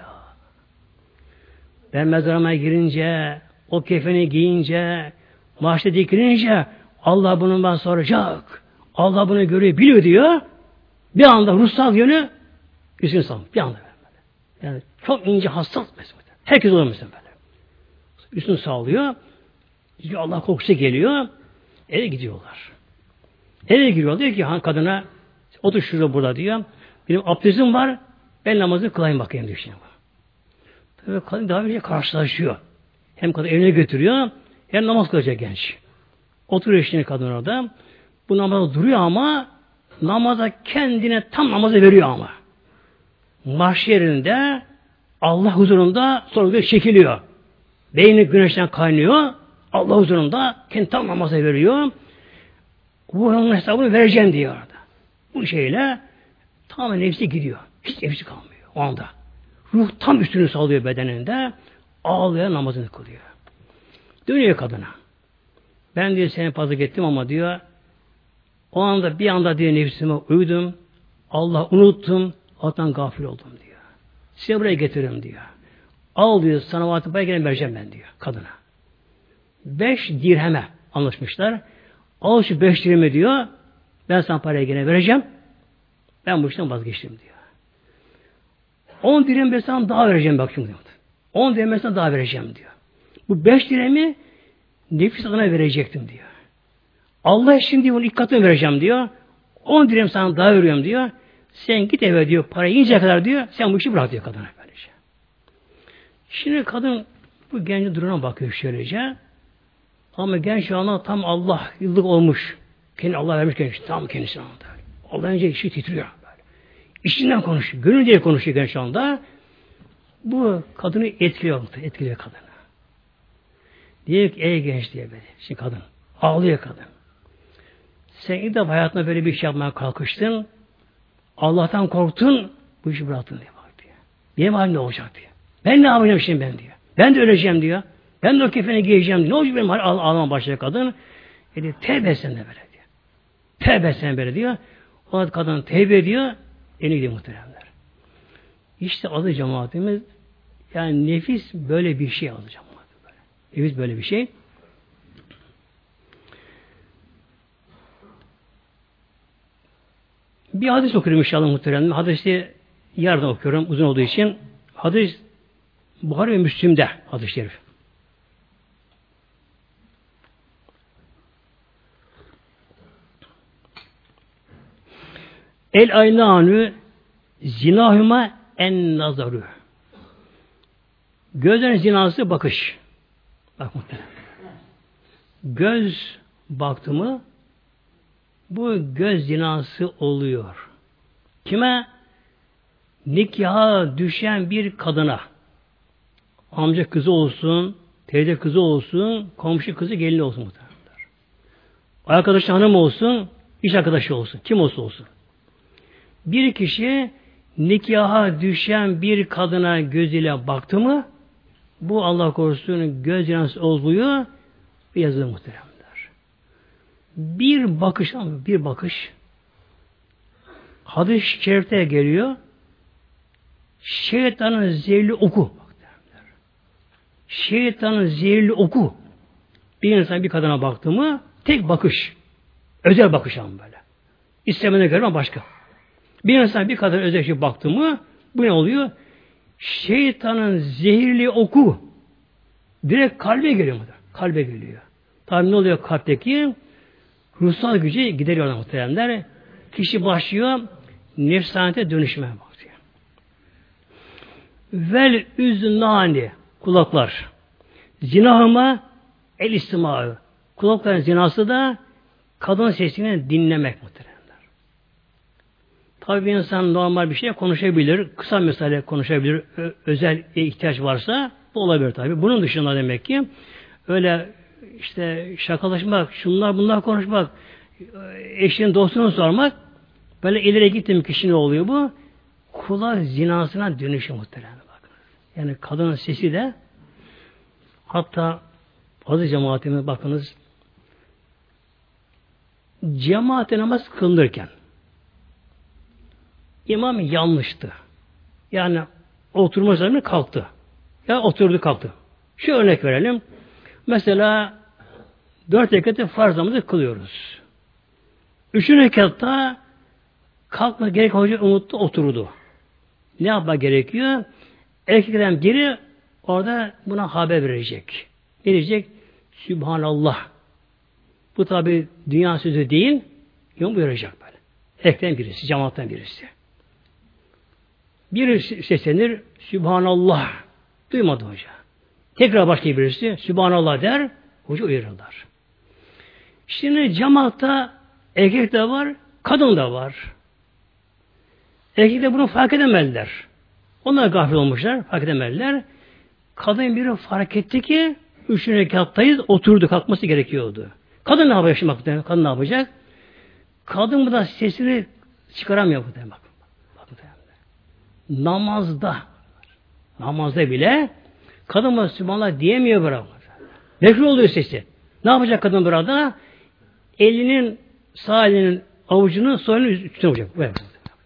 Ben mezarıma girince, o kefeni giyince, maaşta dikilince Allah bunu bana soracak. Allah bunu görüyor, biliyor diyor. Bir anda ruhsal yönü üstüne salmış. Bir anda böyle. Yani çok ince hassas mesela. Herkes olur mesela böyle. Üstünü sağlıyor. Allah kokusu geliyor. Eve gidiyorlar. Eve giriyor. Diyor ki kadına otur şurada burada diyor. Benim abdestim var. Ben namazını kılayım bakayım diyor şimdi. Tabii kadın daha bir şey karşılaşıyor. Hem kadın evine götürüyor hem namaz kılacak genç. Oturuyor şimdi kadın orada. Bu namazda duruyor ama namaza kendine tam namazı veriyor ama. Mahşerinde Allah huzurunda sonra çekiliyor. Beyni güneşten kaynıyor. Allah huzurunda kendi tam namazı veriyor. Bu onun hesabını vereceğim diyor orada. Bu şeyle tamamen nefsi gidiyor. Hiç nefsi kalmıyor o anda. Ruh tam üstünü sallıyor bedeninde. Ağlayan namazını kılıyor. Dönüyor kadına. Ben diyor seni pazık ettim ama diyor o anda bir anda diyor nefsime uydum. Allah unuttum. Allah'tan gafil oldum diyor. Size buraya getiririm diyor. Al diyor sana vaatı paya gelen vereceğim ben diyor kadına. Beş dirheme anlaşmışlar. Al şu beş dirhemi diyor. Ben sana paraya gene vereceğim. Ben bu işten vazgeçtim diyor. On dirhem ben sana daha vereceğim bak şimdi. On dirhem ben sana daha vereceğim diyor. Bu beş dirhemi nefis adına verecektim diyor. Allah için diyor, ilk katını vereceğim diyor. On dirhem sana daha veriyorum diyor. Sen git eve diyor, parayı yiyince kadar diyor, sen bu işi bırak diyor kadına böylece. Şimdi kadın bu gencin durumuna bakıyor şöylece. Ama genç şu anda tam Allah yıllık olmuş. Kendi Allah vermiş genç. Tam kendisi anda. Allah önce işi titriyor. Böyle. İçinden konuşuyor. Gönül diye konuşuyor genç şu anda. Bu kadını etkiliyor. Etkiliyor kadını. Diyor ki ey genç diye böyle. Şimdi kadın. Ağlıyor kadın. Sen ilk defa hayatında böyle bir şey yapmaya kalkıştın. Allah'tan korktun. Bu işi bıraktın diye bak diyor. Benim halim ne olacak diyor. Ben ne yapacağım şimdi ben diyor. Ben de öleceğim diyor. Ben de o kefeni giyeceğim diyor. Ne olacak benim halim? Ağlamaya başlıyor kadın. E diyor, tevbe etsen de böyle diyor. Tevbe etsen böyle diyor. O kadın tevbe ediyor. En iyi muhteremler. İşte adı cemaatimiz yani nefis böyle bir şey adı cemaat. Böyle. Nefis böyle bir şey. Bir hadis okuyorum inşallah muhteremler. Hadisi yarın okuyorum uzun olduğu için. Hadis Buhari ve Müslim'de hadis-i şerif. El aynânü zinâhüme en nazarü. Gözlerin zinası bakış. Bak muhtemelen. Göz baktı mı bu göz zinası oluyor. Kime? Nikaha düşen bir kadına. Amca kızı olsun, teyze kızı olsun, komşu kızı gelini olsun muhtemelen. Arkadaşı hanım olsun, iş arkadaşı olsun. Kim olsa olsun. Bir kişi nikaha düşen bir kadına gözüyle baktı mı bu Allah korusun göz yansı olduğu yazılı muhteremler. Bir bakış ama bir bakış hadis-i şerifte geliyor şeytanın zehirli oku şeytanın zehirli oku bir insan bir kadına baktı mı tek bakış özel bakış ama böyle istemene göre başka. Bir insan bir kadar özel şey baktı mı bu ne oluyor? Şeytanın zehirli oku direkt kalbe geliyor mu? Kalbe geliyor. Tabi ne oluyor kalpteki? ruhsal gücü gideriyorlar muhteremler. Kişi başlıyor nefsanete dönüşmeye bakıyor. Vel üznani kulaklar. Zinahıma el istimahı. Kulakların zinası da kadın sesini dinlemek muhteremler. Tabi bir insan normal bir şey konuşabilir. Kısa mesele konuşabilir. Ö- özel ihtiyaç varsa bu olabilir tabi. Bunun dışında demek ki öyle işte şakalaşmak, şunlar bunlar konuşmak, eşinin dostunu sormak, böyle ileri gittiğim kişi ne oluyor bu? Kulak zinasına dönüşüyor muhtemelen. Bakın. Yani kadının sesi de hatta bazı cemaatime bakınız cemaate namaz kılınırken imam yanlıştı. Yani oturma zamanı kalktı. Ya oturdu kalktı. Şu örnek verelim. Mesela dört rekatı farz namazı kılıyoruz. Üçüncü rekatta kalkma gerek hoca unuttu oturdu. Ne yapmak gerekiyor? Erkekten biri orada buna haber verecek. Ne diyecek? Sübhanallah. Bu tabi dünya sözü değil. Yok buyuracak böyle. Erkekten birisi, cemaatten birisi. Biri seslenir, Sübhanallah. Duymadı hoca. Tekrar başka birisi, Sübhanallah der, hoca uyarırlar. Şimdi cemaatta erkek de var, kadın da var. Erkek de bunu fark edemezler. Onlar gafil olmuşlar, fark edemezler. Kadın biri fark etti ki, üçüncü rekattayız, oturdu, kalkması gerekiyordu. Kadın ne yapacak şimdi? Kadın ne yapacak? Kadın bu da sesini çıkaramıyor bu demek. Namazda, namazda bile kadın bana Sübhanallah diyemiyor burada. Mekruh oluyor sesi. Ne yapacak kadın burada? Elinin, sağ elinin avucunu sol elinin üstüne vuracak. Böyle.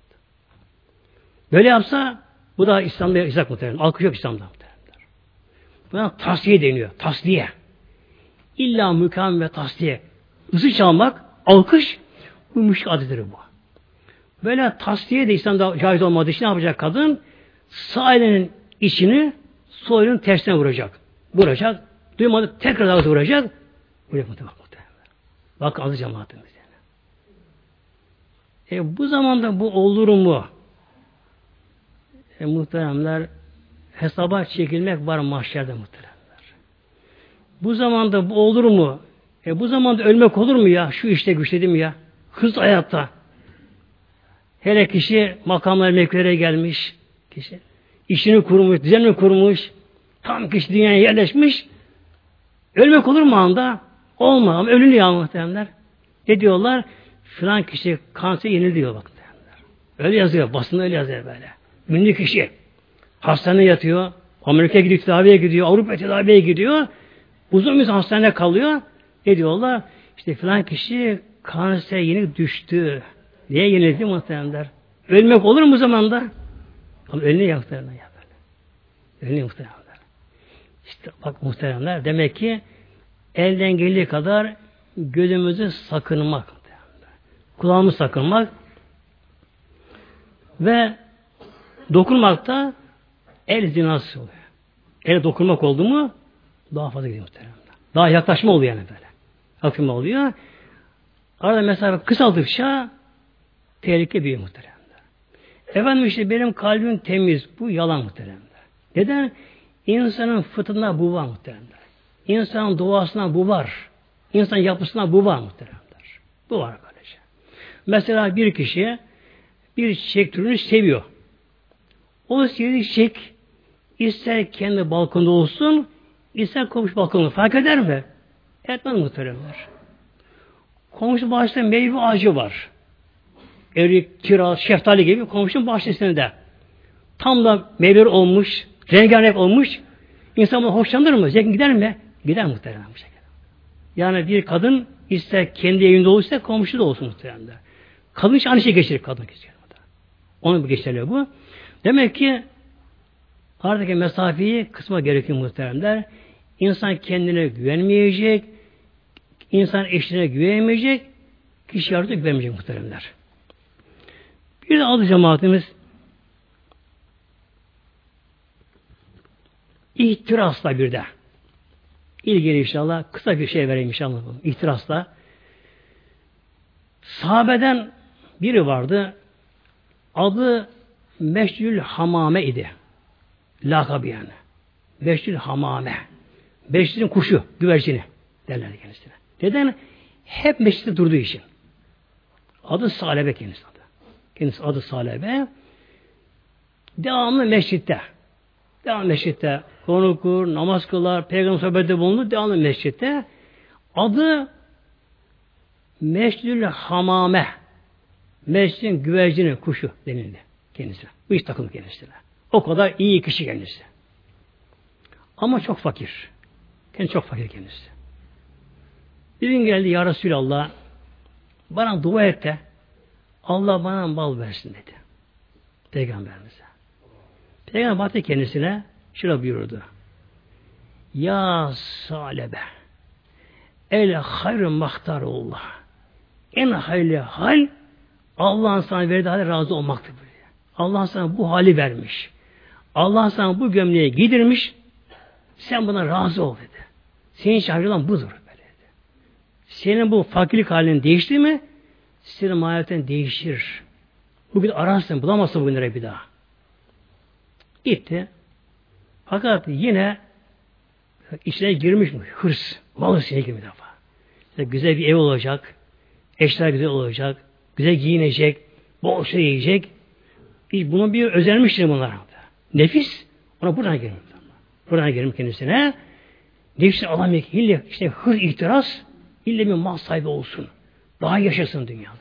Böyle yapsa bu da İslam'da yasak muhtemelen. Alkış yok İslam'da muhtemelen. Buna tasdiye deniyor. Tasdiye. İlla mükemmel ve tasdiye. Isı çalmak, alkış bu müşrik adetidir bu. Böyle tasdiye de İslam'da caiz olmadığı için ne yapacak kadın? Sağ elinin içini sol elinin tersine vuracak. Vuracak. Duymadı tekrar daha vuracak. Vuracak muhtemelen. Bak azı cemaatimiz yani. E bu zamanda bu olur mu? E muhteremler hesaba çekilmek var mahşerde muhteremler. Bu zamanda bu olur mu? E bu zamanda ölmek olur mu ya? Şu işte güçledim ya. Hız hayatta. Hele kişi makamlar mevkilere gelmiş. Kişi işini kurmuş, düzenini kurmuş. Tam kişi dünyaya yerleşmiş. Ölmek olur mu anda? Olmaz ama ölünüyor ya muhteremler. Ne diyorlar? Filan kişi kanser yenildi diyor bak. Öyle yazıyor. Basında öyle yazıyor böyle. Ünlü kişi. Hastaneye yatıyor. Amerika'ya gidiyor, tedaviye gidiyor. Avrupa'ya tedaviye gidiyor. Uzun bir hastanede kalıyor. Ne diyorlar? İşte filan kişi kanser yeni düştü. Niye yenildi muhteremler? Ölmek olur mu bu zamanda? Ama ölünüyor muhteremler ya böyle. Ölünüyor muhteremler. İşte bak muhteremler demek ki elden geldiği kadar gözümüzü sakınmak. Kulağımızı sakınmak ve dokunmakta el zinası oluyor. El dokunmak oldu mu daha fazla gidiyor muhtemelen. Daha yaklaşma oluyor yani böyle. Yaklaşma oluyor. Arada mesafe kısaldıkça tehlike büyüyor muhtemelen. Efendim işte benim kalbim temiz. Bu yalan muhtemelen. Neden? İnsanın fıtratında bu var muhtemelen. İnsanın doğasına bu var. İnsan yapısına bu var muhtemelen. Bu var böylece. Mesela bir kişi bir çiçek türünü seviyor. O sevdiği çiçek ister kendi balkonda olsun, ister komşu balkonda. Fark eder mi? Etmez muhteremler. Komşu bahçesinde meyve ağacı var. Erik, kiraz, şeftali gibi komşunun bahçesinde. Tam da meyveler olmuş, rengarenk olmuş. İnsan bunu hoşlanır mı? Zevk gider mi? Gider muhterem bu şekilde. Yani bir kadın ister kendi evinde olursa komşu da olsun muhteremler. Kadın için aynı şey geçirir kadın geçirir. Onu geçiriyor bu. Demek ki aradaki mesafeyi kısma gerekiyor muhteremler. İnsan kendine güvenmeyecek, insan eşine güvenmeyecek, kişi artık güvenmeyecek muhteremler. Bir de adı cemaatimiz ihtirasla bir de. İlgili inşallah kısa bir şey vereyim inşallah. İhtirasla. Sahabeden biri vardı. Adı Meşcül Hamame idi. Lakabı yani. Meşcül Hamame. Meşcül'ün kuşu, güvercini derlerdi kendisine. Neden? Hep meşcitte durduğu için. Adı Salebe kendisi adı. Kendisi adı Salebe. Devamlı meşcitte. Devamlı meşcitte. Kur'an okur, namaz kılar, peygamber sohbette bulunur. Devamlı meşcitte. Adı Meşcül Hamame. Meşcidin güvercinin kuşu denildi kendisine. Bu iş takıldı kendisine. O kadar iyi kişi kendisi. Ama çok fakir. Kendisi çok fakir kendisi. Bir gün geldi ya Resulallah, bana dua et de Allah bana mal versin dedi. Peygamberimize. Peygamber baktı kendisine şöyle buyurdu. Ya Salebe el hayrı mahtarullah. En hayırlı hal Allah'ın sana verdiği hale razı olmaktır. Allah sana bu hali vermiş. Allah sana bu gömleği giydirmiş. Sen buna razı ol dedi. Senin için hayırlı olan budur. Böyle dedi. Senin bu fakirlik halini değişti mi senin mahiyetini değişir. Bugün ararsın, bulamazsın bugünlere bir daha. Gitti. Fakat yine içine girmiş mi? Hırs. Mal hırsına girmiş bir defa. İşte güzel bir ev olacak. Eşler güzel olacak. Güzel giyinecek. Bol şey yiyecek. Bunun bir özenmiştir bunlar. Nefis. Ona buradan girmiş. Buradan girmiş kendisine. Nefsini alamayacak. İlle işte hır ihtiras. İlle bir mal sahibi olsun. Daha yaşasın dünyada.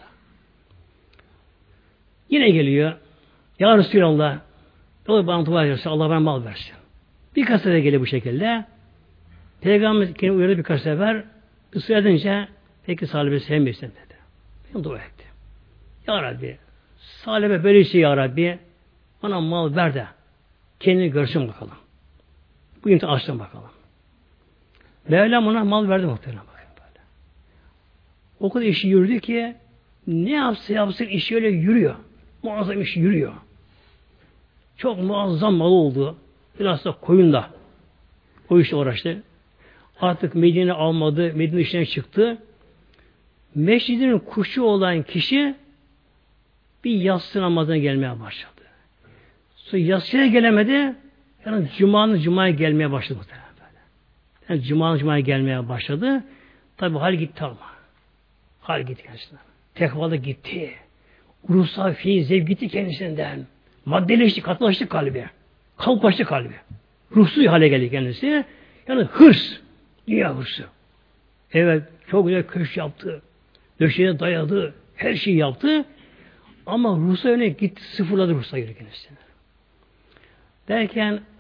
Yine geliyor. Ya Resulallah o bana dua ederse Allah bana mal versin. Birkaç sefer geliyor bu şekilde. Peygamber kendini uyardı birkaç sefer. Israr edince peki Salebe sevmiyorsun dedi. Ben dua etti. Ya Rabbi Salebe böyleyse ya Rabbi bana mal ver de kendini görsün bakalım. Bu imtihan açsın bakalım. Mevlam ona mal verdi muhtemelen. Böyle. O kadar işi yürüdü ki ne yapsa yapsın işi öyle yürüyor. Muazzam işi yürüyor. Çok muazzam malı oldu. Biraz da koyunda. O işle uğraştı. Artık Medine almadı. Medine işine çıktı. Mescidin kuşu olan kişi bir yatsı namazına gelmeye başladı. Sonra yatsıya gelemedi. Yani Cuma'nın Cuma'ya gelmeye başladı. Yani Cuma'nın Cuma'ya gelmeye başladı. Tabi hal gitti ama. Hal gitti kendisinden. Tekvalı gitti. Ruhsal fiil zevk gitti kendisinden. Maddeleşti, katılaştı kalbi. Kalplaştı kalbi. Ruhsuz hale geldi kendisi. Yani hırs. Dünya hırsı. Evet, çok güzel köşk yaptı. Döşeğine dayadı. Her şeyi yaptı. Ama ruhsal yöne gitti. Sıfırladı ruhsal yöne kendisini. Derken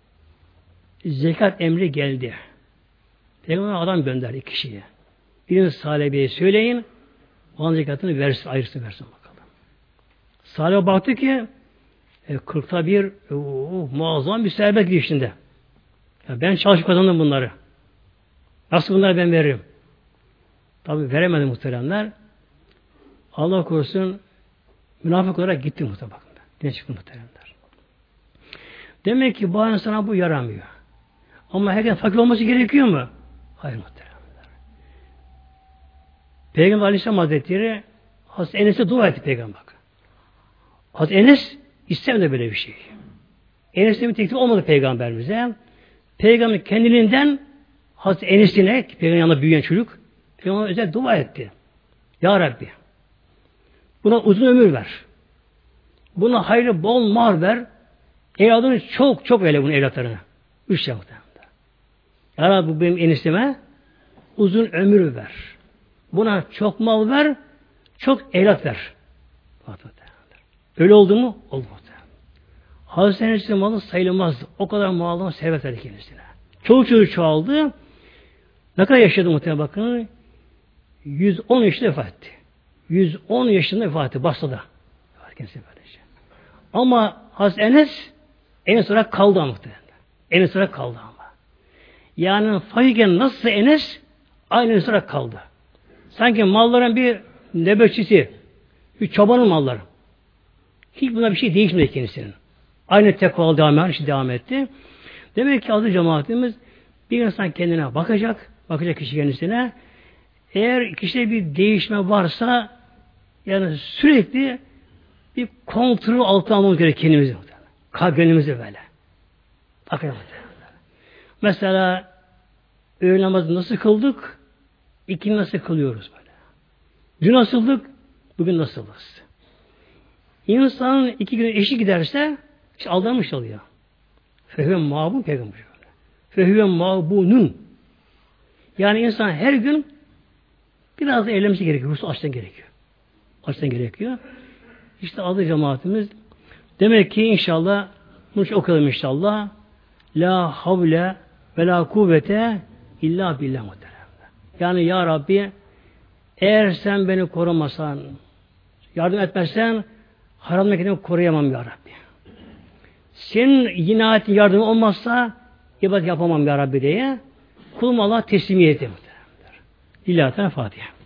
zekat emri geldi. Peygamber adam gönderdi kişiye. Biriniz Salebe'ye söyleyin. Onun zekatını versin, ayırsın versin bakalım. Salebe baktı ki e, kırkta bir e, o, muazzam bir servet gidiyor içinde. Ya ben çalışıp kazandım bunları. Nasıl bunları ben veririm? Tabi veremedi muhteremler. Allah korusun münafık olarak gitti muhterem. Yine çıktı muhteremler. Demek ki bu insana bu yaramıyor. Ama herkes fakir olması gerekiyor mu? Hayır muhteremler. Peygamber Aleyhisselam Hazretleri Hazreti Enes'e dua etti Peygamber. Hazreti Enes istemedi böyle bir şey. Enes'e bir teklif olmadı Peygamberimize. Peygamber kendiliğinden Hazreti Enes'ine, Peygamber yanında büyüyen çocuk, Peygamber özel dua etti. Ya Rabbi, buna uzun ömür ver. Buna hayrı bol mal ver. Evladını çok çok öyle bunun evlatlarını. Üç yaptı. Ya Rabbi bu benim enişteme uzun ömür ver. Buna çok mal ver, çok evlat ver. Öyle oldu mu? Oldu. Hazreti Enes'in malı sayılmazdı. O kadar malına servet verdi kendisine. Çoluk çocuk çoğaldı. Ne kadar yaşadı muhtemelen bakın. yüz on yaşında vefat etti. yüz on yaşında vefat etti. Basra'da. Ama Hazreti Enes Enes olarak kaldı muhtemelen. Enes olarak kaldı ama. Yani fakirken nasılsa Enes aynı Enes olarak kaldı. Sanki malların bir nöbetçisi, bir çobanın malları. Hiç buna bir şey değişmedi kendisinin. Aynı tekvalı devam etti, devam etti. Demek ki aziz cemaatimiz bir insan kendine bakacak, bakacak kişi kendisine. Eğer kişide bir değişme varsa Yani sürekli bir kontrol altına almamız gerekiyor kendimizi. Kalbimizi böyle. Bakın. Mesela öğle namazı nasıl kıldık? İkindi nasıl kılıyoruz böyle? Dün nasıldık? Bugün nasılız? İnsanın iki gün eşi giderse işte aldanmış oluyor. Fehve mağbun peygamber. Fehve mağbunun. Yani insan her gün biraz da eğlenmesi gerekiyor. Ruhsu açtan gerekiyor. Açtan gerekiyor. İşte adı cemaatimiz. Demek ki inşallah bunu çok okuyalım inşallah. La havle ve la kuvvete illa billah muhteremler. Yani ya Rabbi eğer sen beni korumasan, yardım etmezsen haram mekaniğimi koruyamam ya Rabbi. Senin yinayetin yardımı olmazsa ibadet yapamam ya Rabbi diye kulum Allah teslimiyeti muhteremler. İlahi Teala Fatiha.